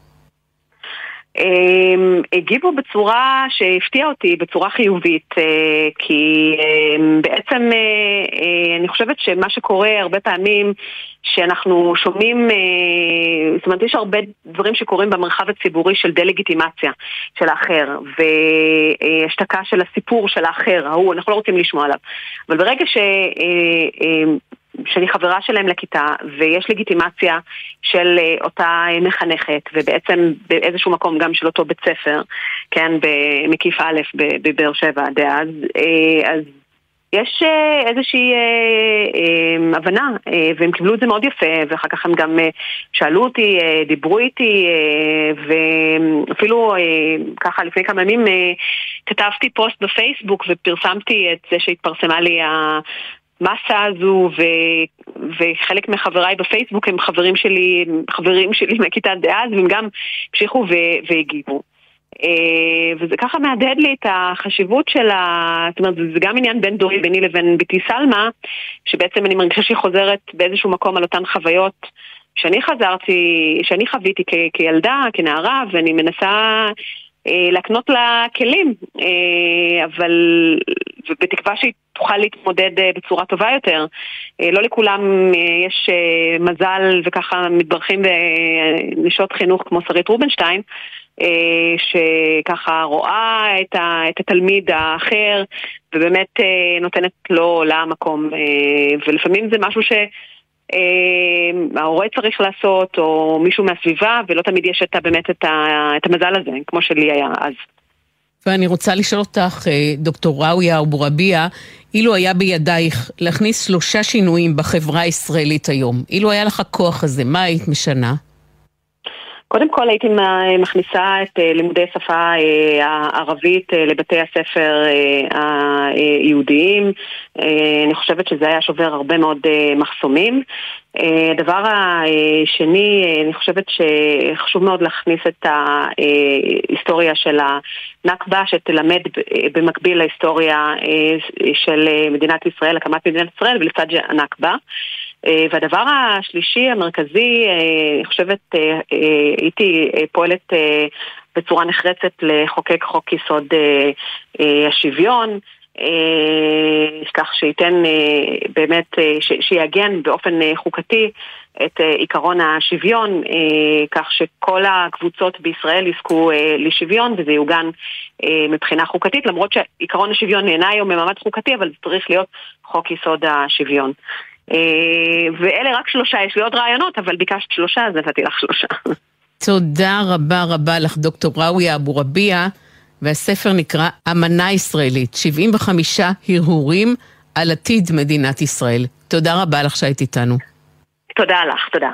הגיבו בצורה שהפתיעה אותי, בצורה חיובית, כי בעצם אני חושבת שמה שקורה הרבה פעמים שאנחנו שומעים, זאת אומרת יש הרבה דברים שקורים במרחב הציבורי של דה-לגיטימציה של האחר והשתקה של הסיפור של האחר, ההוא, אנחנו לא רוצים לשמוע עליו, אבל ברגע ש... שאני חברה שלהם לכיתה, ויש לגיטימציה של אותה מחנכת, ובעצם באיזשהו מקום גם של אותו בית ספר, כן, במקיף א' בבאר שבע דאז, אז יש איזושהי הבנה, והם קיבלו את זה מאוד יפה, ואחר כך הם גם שאלו אותי, דיברו איתי, ואפילו ככה לפני כמה ימים כתבתי פוסט בפייסבוק, ופרסמתי את זה שהתפרסמה לי ה... מסה הזו, ו... וחלק מחבריי בפייסבוק הם חברים שלי, חברים שלי מהכיתה דאז, והם גם המשיכו ו... והגיבו. וזה ככה מהדהד לי את החשיבות של ה... זאת אומרת, זה גם עניין בין דורי ביני לבין ביתי סלמה, שבעצם אני מרגישה שהיא חוזרת באיזשהו מקום על אותן חוויות שאני חזרתי, שאני חוויתי כ... כילדה, כנערה, ואני מנסה להקנות לה כלים, אבל בתקווה שהיא תוכל להתמודד בצורה טובה יותר. לא לכולם יש מזל וככה מתברכים בנשות חינוך כמו שרית רובינשטיין, שככה רואה את, ה, את התלמיד האחר ובאמת נותנת לו למקום, ולפעמים זה משהו ש... ההורה צריך לעשות, או מישהו מהסביבה, ולא תמיד יש את, באמת את, ה, את המזל הזה, כמו שלי היה אז. ואני רוצה לשאול אותך, דוקטור ראויה אבורביעה, אילו היה בידייך להכניס שלושה שינויים בחברה הישראלית היום, אילו היה לך הכוח הזה, מה היית משנה? קודם כל הייתי מכניסה את לימודי שפה הערבית לבתי הספר היהודיים. אני חושבת שזה היה שובר הרבה מאוד מחסומים. הדבר השני, אני חושבת שחשוב מאוד להכניס את ההיסטוריה של הנכבה, שתלמד במקביל להיסטוריה של מדינת ישראל, הקמת מדינת ישראל, ולצד הנכבה. והדבר השלישי המרכזי, אני חושבת, הייתי פועלת בצורה נחרצת לחוקק חוק יסוד השוויון, כך שייתן באמת, שיעגן באופן חוקתי את עיקרון השוויון, כך שכל הקבוצות בישראל יזכו לשוויון, וזה יעוגן מבחינה חוקתית, למרות שעיקרון השוויון נהנה היום ממעמד חוקתי, אבל זה צריך להיות חוק יסוד השוויון. ואלה רק שלושה, יש לי עוד רעיונות, אבל ביקשת שלושה, אז נתתי לך שלושה. תודה רבה רבה לך דוקטור ראויה אבורביעה, והספר נקרא אמנה ישראלית, שבעים וחמישה הרהורים על עתיד מדינת ישראל. תודה רבה לך שהיית איתנו. תודה לך, תודה.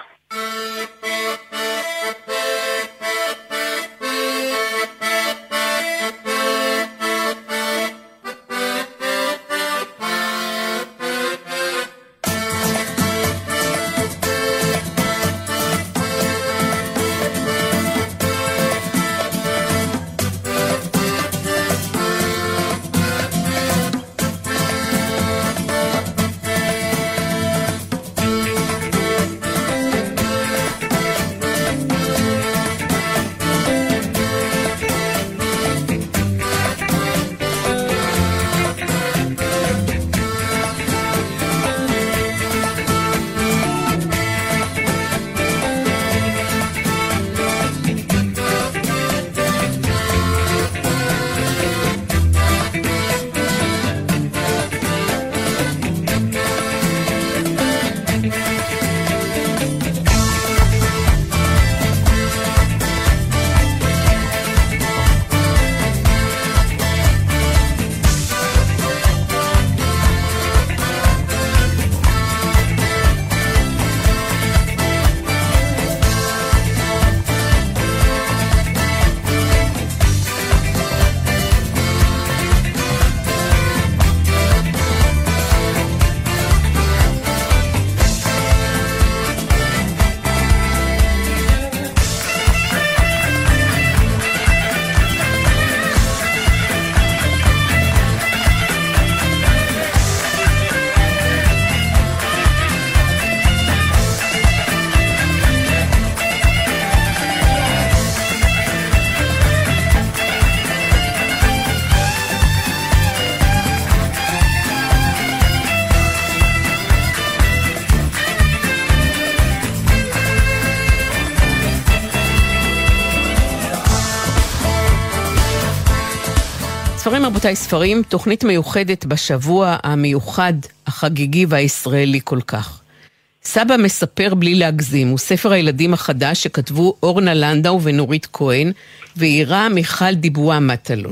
ספרים רבותיי ספרים, תוכנית מיוחדת בשבוע המיוחד, החגיגי והישראלי כל כך. סבא מספר בלי להגזים, הוא ספר הילדים החדש שכתבו אורנה לנדאו ונורית כהן, ועירה מיכל דיבואה מטלון.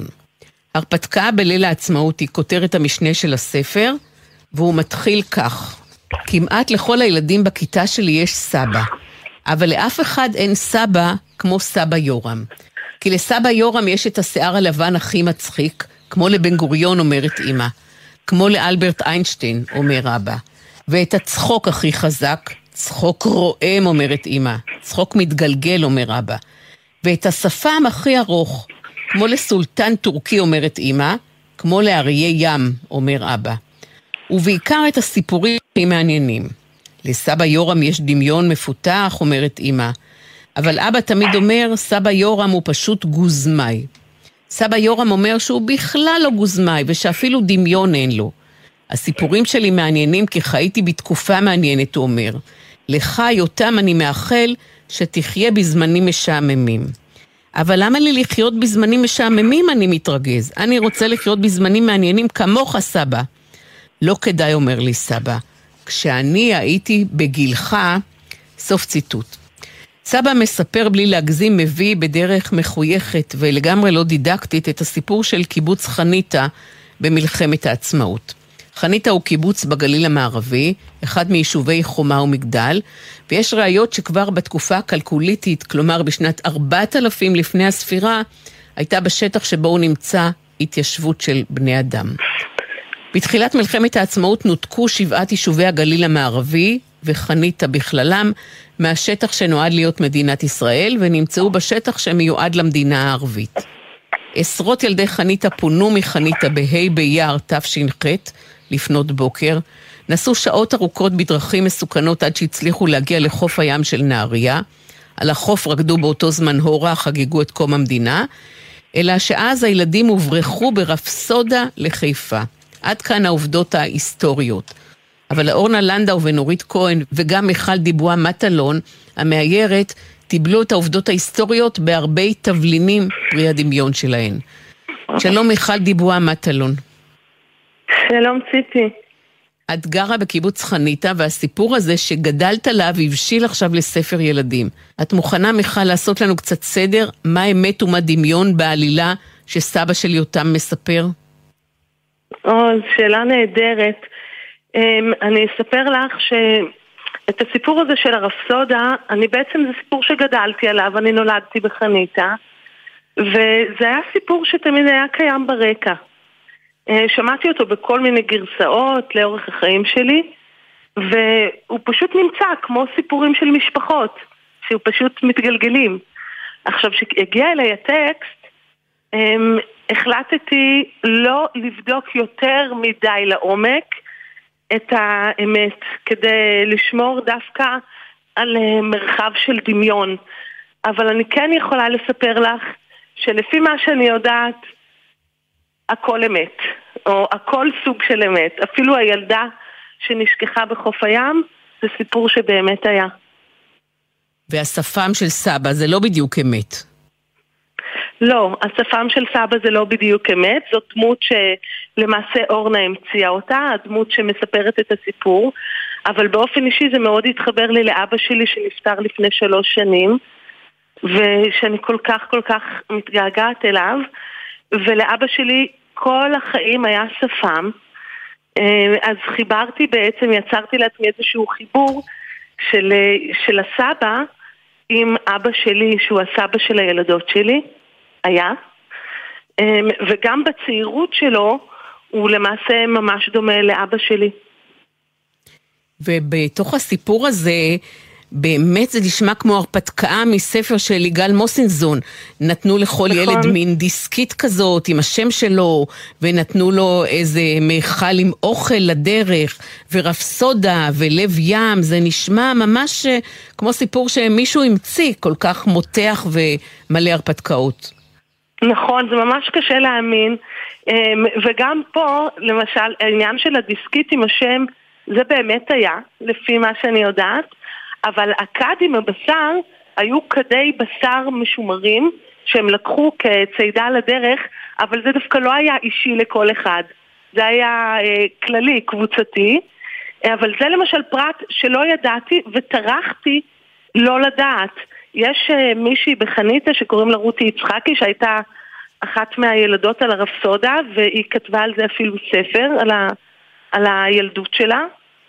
הרפתקה בליל העצמאות היא כותרת המשנה של הספר, והוא מתחיל כך: כמעט לכל הילדים בכיתה שלי יש סבא, אבל לאף אחד אין סבא כמו סבא יורם. כי לסבא יורם יש את השיער הלבן הכי מצחיק, כמו לבן גוריון אומרת אמא, כמו לאלברט איינשטיין אומר אבא, ואת הצחוק הכי חזק, צחוק רועם אומרת אמא, צחוק מתגלגל אומר אבא, ואת השפם הכי ארוך, כמו לסולטן טורקי אומרת אמא, כמו לאריה ים אומר אבא. ובעיקר את הסיפורים הכי מעניינים. לסבא יורם יש דמיון מפותח אומרת אמא, אבל אבא תמיד אומר, סבא יורם הוא פשוט גוזמאי. סבא יורם אומר שהוא בכלל לא גוזמאי, ושאפילו דמיון אין לו. הסיפורים שלי מעניינים כי חייתי בתקופה מעניינת, הוא אומר. לך, יותם, אני מאחל שתחיה בזמנים משעממים. אבל למה לי לחיות בזמנים משעממים, אני מתרגז? אני רוצה לחיות בזמנים מעניינים כמוך, סבא. לא כדאי, אומר לי סבא. כשאני הייתי בגילך, סוף ציטוט. סבא מספר בלי להגזים, מביא בדרך מחויכת ולגמרי לא דידקטית את הסיפור של קיבוץ חניתה במלחמת העצמאות. חניתה הוא קיבוץ בגליל המערבי, אחד מיישובי חומה ומגדל, ויש ראיות שכבר בתקופה הקלקוליתית, כלומר בשנת ארבעת אלפים לפני הספירה, הייתה בשטח שבו הוא נמצא התיישבות של בני אדם. בתחילת מלחמת העצמאות נותקו שבעת יישובי הגליל המערבי וחניתה בכללם מהשטח שנועד להיות מדינת ישראל, ונמצאו בשטח שמיועד למדינה הערבית. עשרות ילדי חניתה פונו מחניתה בהי בייר תש"ח לפנות בוקר, נסעו שעות ארוכות בדרכים מסוכנות עד שהצליחו להגיע לחוף הים של נהריה. על החוף רקדו באותו זמן הורה, חגגו את קום המדינה, אלא שאז הילדים הוברחו ברפסודה לחיפה. עד כאן העובדות ההיסטוריות. אבל אורנה לנדאו ונורית כהן וגם מיכל דיבואה מטלון, המאיירת, טיבלו את העובדות ההיסטוריות בהרבה תבלינים פרי הדמיון שלהן. שלום מיכל דיבואה מטלון. שלום ציפי. את גרה בקיבוץ חניתה, והסיפור הזה שגדלת עליו הבשיל עכשיו לספר ילדים. את מוכנה מיכל לעשות לנו קצת סדר? מה אמת ומה דמיון בעלילה שסבא של יותם מספר? או, שאלה נהדרת. אני אספר לך שאת הסיפור הזה של הרפסודה, אני בעצם זה סיפור שגדלתי עליו, אני נולדתי בחניתה, וזה היה סיפור שתמיד היה קיים ברקע. שמעתי אותו בכל מיני גרסאות לאורך החיים שלי, והוא פשוט נמצא כמו סיפורים של משפחות, שהוא פשוט מתגלגלים. עכשיו שהגיע אליי הטקסט, החלטתי לא לבדוק יותר מדי לעומק את האמת, כדי לשמור דווקא על מרחב של דמיון. אבל אני כן יכולה לספר לך שלפי מה שאני יודעת, הכל אמת, או הכל סוג של אמת. אפילו הילדה שנשכחה בחוף הים, זה סיפור שבאמת היה. והשפם של סבא זה לא בדיוק אמת. לא, השפם של סבא זה לא בדיוק אמת, זאת דמות שלמעשה אורנה המציאה אותה, הדמות שמספרת את הסיפור, אבל באופן אישי זה מאוד התחבר לי לאבא שלי שנפטר לפני שלוש שנים, ושאני כל כך כל כך מתגעגעת אליו, ולאבא שלי כל החיים היה שפם, אז חיברתי בעצם, יצרתי לעצמי איזשהו חיבור של, של הסבא עם אבא שלי, שהוא הסבא של הילדות שלי, היה, וגם בצעירות שלו הוא למעשה ממש דומה לאבא שלי. ובתוך הסיפור הזה באמת זה נשמע כמו הרפתקה מספר של יגאל מוסינזון. נתנו לכל נכון. ילד מין דיסקית כזאת עם השם שלו, ונתנו לו איזה מיכל עם אוכל לדרך, ורפסודה ולב ים. זה נשמע ממש כמו סיפור שמישהו המציא, כל כך מותח ומלא הרפתקאות. נכון, זה ממש קשה להאמין. וגם פה, למשל, העניין של הדיסקית עם השם, זה באמת היה, לפי מה שאני יודעת. אבל הקד עם הבשר היו קדי בשר משומרים שהם לקחו כצעידה לדרך, אבל זה דווקא לא היה אישי לכל אחד. זה היה אה, כללי, קבוצתי, אבל זה למשל פרט שלא ידעתי וטרחתי לא לדעת. יש אה, מישהי בחניתה שקוראים לה רותי יצחקי, שהייתה אחת מהילדות על הרפסודה, והיא כתבה על זה אפילו ספר, על, ה, על הילדות שלה,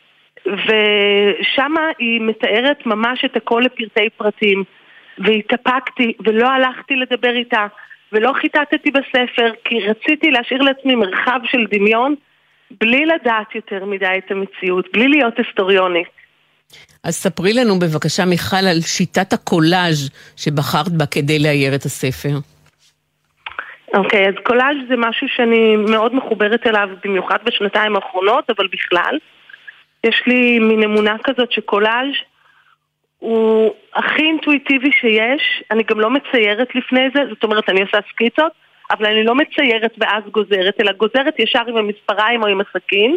ושמה היא מתארת ממש את הכל לפרטי פרטים, והתאפקתי ולא הלכתי לדבר איתה, ולא חיטטתי בספר, כי רציתי להשאיר לעצמי מרחב של דמיון, בלי לדעת יותר מדי את המציאות, בלי להיות היסטוריונית. אז ספרי לנו בבקשה מיכל על שיטת הקולאז' שבחרת בה כדי לאייר את הספר. אוקיי, okay, אז קולאז' זה משהו שאני מאוד מחוברת אליו, במיוחד בשנתיים האחרונות, אבל בכלל. יש לי מין אמונה כזאת שקולאז' הוא הכי אינטואיטיבי שיש. אני גם לא מציירת לפני זה, זאת אומרת אני עושה סקיצות, אבל אני לא מציירת ואז גוזרת, אלא גוזרת ישר עם המספריים או עם הסכין,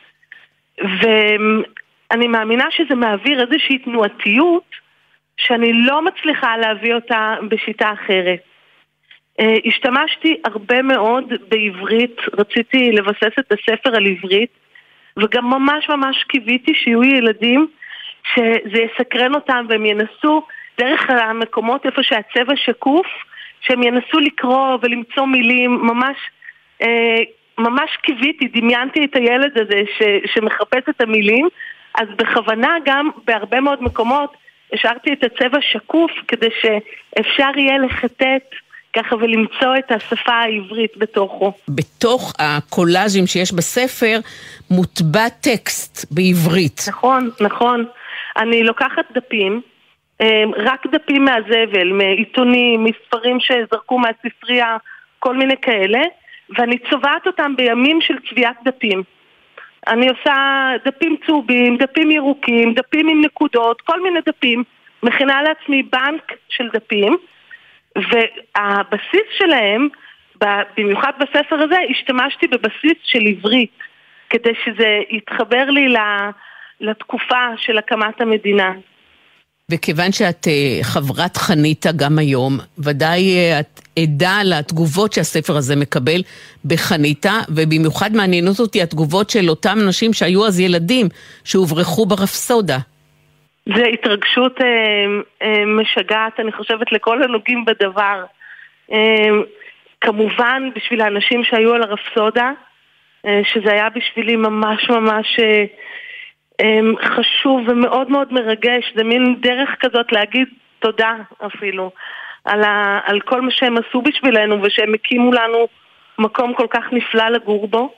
ואני מאמינה שזה מעביר איזושהי תנועתיות שאני לא מצליחה להביא אותה בשיטה אחרת. השתמשתי הרבה מאוד בעברית, רציתי לבסס את הספר על עברית, וגם ממש ממש קיוויתי שיהיו ילדים שזה יסקרן אותם והם ינסו דרך המקומות איפה שהצבע שקוף, שהם ינסו לקרוא ולמצוא מילים. ממש אה, ממש קיוויתי, דמיינתי את הילד הזה ש, שמחפש את המילים, אז בכוונה גם בהרבה מאוד מקומות השארתי את הצבע שקוף כדי שאפשר יהיה לחטט ככה ולמצוא את השפה העברית בתוכו. בתוך הקולאז'ים שיש בספר מוטבע טקסט בעברית. נכון, נכון. אני לוקחת דפים, רק דפים מהזבל, מעיתונים, מספרים שזרקו מהספרייה, כל מיני כאלה, ואני צובעת אותם בימים של צביעת דפים. אני עושה דפים צהובים, דפים ירוקים, דפים עם נקודות, כל מיני דפים, מכינה לעצמי בנק של דפים, והבסיס שלהם, במיוחד בספר הזה, השתמשתי בבסיס של עברית, כדי שזה יתחבר לי לתקופה של הקמת המדינה. וכיוון שאת חברת חניתה גם היום, ודאי את עדה לתגובות שהספר הזה מקבל בחניתה, ובמיוחד מעניינות אותי התגובות של אותם אנשים שהיו אז ילדים, שהוברחו ברפסודה. זה התרגשות אה, אה, משגעת, אני חושבת, לכל הנוגעים בדבר. אה, כמובן, בשביל האנשים שהיו על הרפסודה, אה, שזה היה בשבילי ממש ממש אה, אה, חשוב ומאוד מאוד מרגש. זה מין דרך כזאת להגיד תודה אפילו, על, ה, על כל מה שהם עשו בשבילנו, ושהם הקימו לנו מקום כל כך נפלא לגור בו.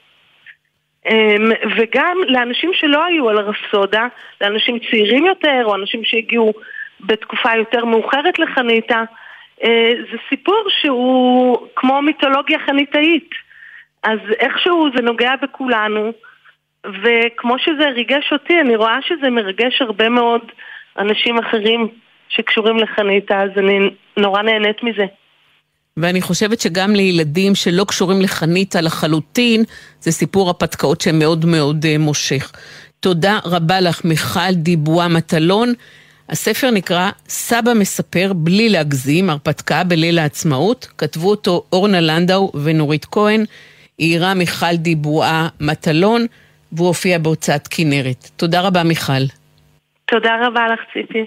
וגם לאנשים שלא היו על הרפסודה, לאנשים צעירים יותר או אנשים שהגיעו בתקופה יותר מאוחרת לחניתה, זה סיפור שהוא כמו מיתולוגיה חניתאית, אז איכשהו זה נוגע בכולנו, וכמו שזה ריגש אותי, אני רואה שזה מרגש הרבה מאוד אנשים אחרים שקשורים לחניתה, אז אני נורא נהנית מזה. ואני חושבת שגם לילדים שלא קשורים לחניתה לחלוטין, זה סיפור הפתקאות שמאוד מאוד מושך. תודה רבה לך מיכל דיבואה מטלון. הספר נקרא סבא מספר בלי להגזים, הרפתקה בליל העצמאות. כתבו אותו אורנה לנדאו ונורית כהן, עירה מיכל דיבואה מטלון, והוא הופיע בהוצאת כנרת. תודה רבה מיכל. תודה רבה לך ציפי.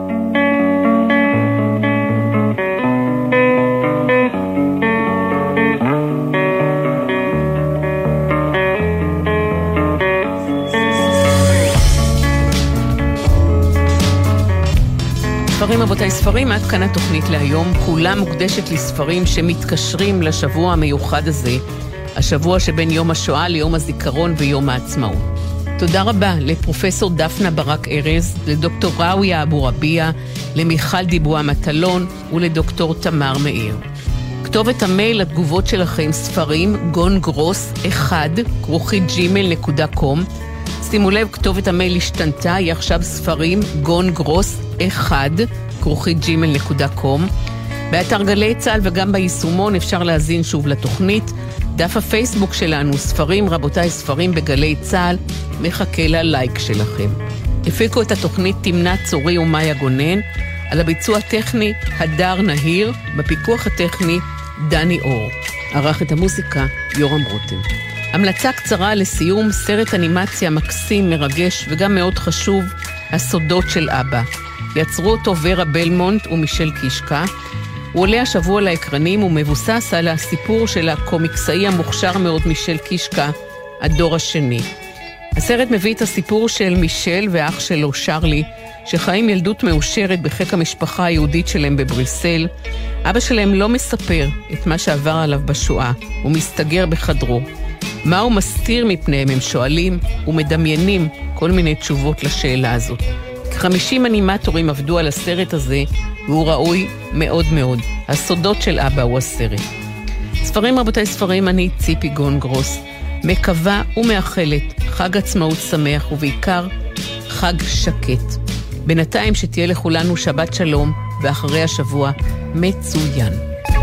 ספרים רבותיי ספרים, עד כאן התוכנית להיום, כולה מוקדשת לספרים שמתקשרים לשבוע המיוחד הזה, השבוע שבין יום השואה ליום הזיכרון ויום העצמאות. תודה רבה לפרופסור דפנה ברק ארז, לדוקטור ראויה אבו רביע, למיכל דיבואה מטלון ולדוקטור תמר מאיר. כתובת המייל לתגובות שלכם ספרים גון גרוס אחד כרוכית ג'ימייל נקודה קום. שימו לב, כתובת המייל השתנתה, היא עכשיו ספרים גון גרוס אחד כרוכית ג'ימייל נקודה קום. באתר גלי צהל וגם ביישומון אפשר להזין שוב לתוכנית. דף הפייסבוק שלנו, ספרים רבותיי ספרים בגלי צהל, מחכה ללייק שלכם. הפיקו את התוכנית תמנת צורי ומאיה גונן, על הביצוע הטכני הדר נהיר, בפיקוח הטכני דני אור. ערך את המוזיקה יורם רותם. המלצה קצרה לסיום, סרט אנימציה מקסים, מרגש וגם מאוד חשוב, הסודות של אבא. יצרו אותו ורה בלמונט ומישל קישקה. הוא עולה השבוע לאקרנים ומבוסס על הסיפור של הקומיקסאי המוכשר מאוד מישל קישקה, הדור השני. הסרט מביא את הסיפור של מישל ואח שלו שרלי, שחיים ילדות מאושרת בחיק המשפחה היהודית שלהם בבריסל. אבא שלהם לא מספר את מה שעבר עליו בשואה, הוא מסתגר בחדרו. מה הוא מסתיר מפניהם, הם שואלים ומדמיינים כל מיני תשובות לשאלה הזאת. כ-חמישים אנימטורים עבדו על הסרט הזה, והוא ראוי מאוד מאוד. הסודות של אבא הוא הסרט. ספרים רבותיי ספרים, אני ציפי גון גרוס, מקווה ומאחלת חג עצמאות שמח ובעיקר חג שקט. בינתיים שתהיה לכולנו שבת שלום ואחרי השבוע מצוין.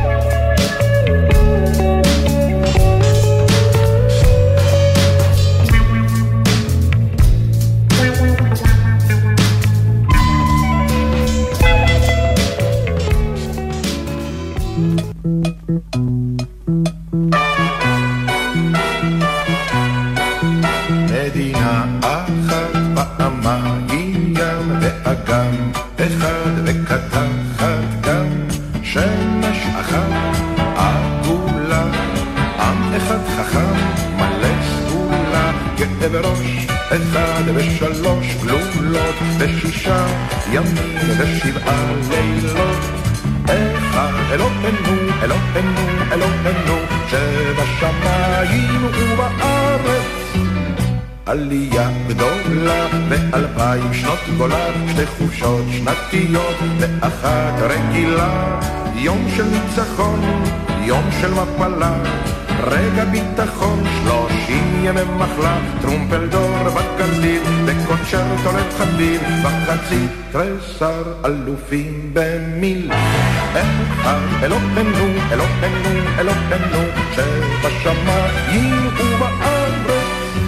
מדינה אחת פעמיים ים ואגם אחד וקטחת גם שמש אחת עגולה עם אחד חכם מלא סגולה גאה בראש אחד ושלוש גלולות ושישה ימים ושבעה לילות אחד אלוהינו אלוהינו אלוהינו שבשמיים ובארץ עלייה גדולה באלפיים שנות גולה שתי חופשות שנתיות ואחת רגילה יום של ניצחון יום של מפלה רגע ביטחון שלושים ימי מחלה טרומפלדור בקרדיל וקונצ'רטו לחליל וחצי תריסר אלופים במיל אחד אלוהינו אלוהינו אלוהינו שבשמיים ובארץ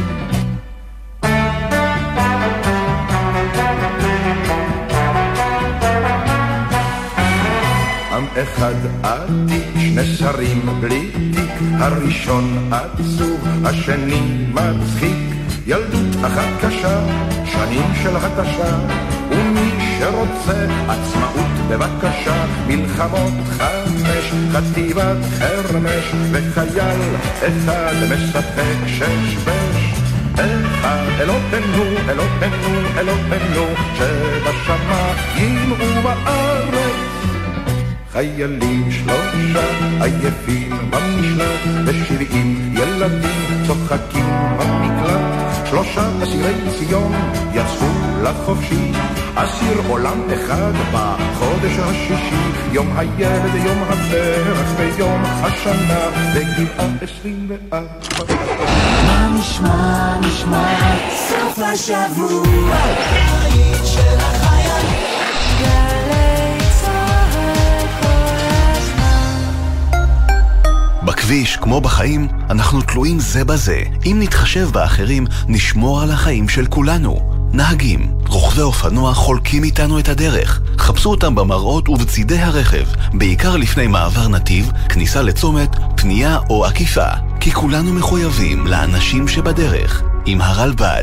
אחד עתיק, שני שרים בלי תיק, הראשון עצוב, השני מצחיק, ילדות אחת קשה, שנים של התשה, ומי שרוצה עצמאות בבקשה, מלחמות חמש, חטיבת חרמש, וחייל אחד משחק שש בש. אחד אלוהינו, אלוהינו, אלוהינו, שבשמיים ובארץ חיילים שלושה עייפים במשלט ושבעים ילדים צוחקים במקלט שלושה אסירי ציון יצאו לחופשי אסיר עולם אחד בחודש השישי יום הילד יום הפרח ויום השנה בגבעה עשרים וארבע מה נשמע נשמע סוף השבוע היית של החייל בכביש, כמו בחיים, אנחנו תלויים זה בזה. אם נתחשב באחרים, נשמור על החיים של כולנו. נהגים, רוכבי אופנוע חולקים איתנו את הדרך. חפשו אותם במראות ובצידי הרכב, בעיקר לפני מעבר נתיב, כניסה לצומת, פנייה או עקיפה. כי כולנו מחויבים לאנשים שבדרך. עם הרלב"ד.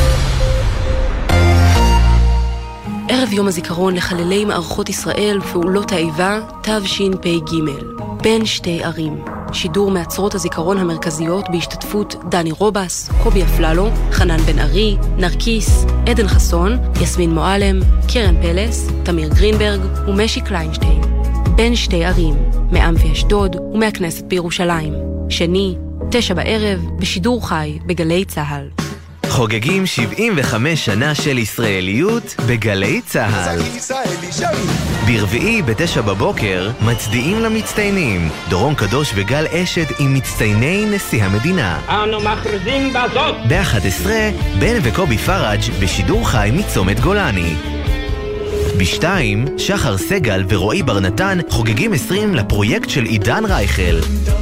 ערב יום הזיכרון לחללי מערכות ישראל ופעולות האיבה, תשפ"ג. בין שתי ערים. שידור מעצרות הזיכרון המרכזיות בהשתתפות דני רובס, קובי אפללו, חנן בן ארי, נרקיס, עדן חסון, יסמין מועלם, קרן פלס, תמיר גרינברג ומשי קליינשטיין. בין שתי ערים, מאמפי אשדוד ומהכנסת בירושלים. שני, תשע בערב, בשידור חי בגלי צהל. חוגגים שבעים וחמש שנה של ישראליות בגלי צהל. ברביעי בתשע בבוקר מצדיעים למצטיינים. דורון קדוש וגל אשת עם מצטייני נשיא המדינה. אנו מכריזים בזאת. ב-אחת עשרה בן וקובי פראג' בשידור חי מצומת גולני. בשתיים שחר סגל ורועי ברנתן חוגגים עשרים לפרויקט של עידן רייכל.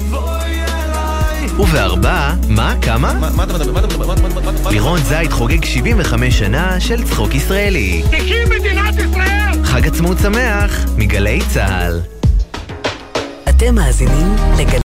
ובארבע, מה? כמה? מה אתה מדבר? מה אתה מדבר? לירון זית חוגג שבעים וחמש שנה של צחוק ישראלי. תשעים מדינת ישראל! חג עצמאות שמח מגלי צהל. אתם מאזינים לגלי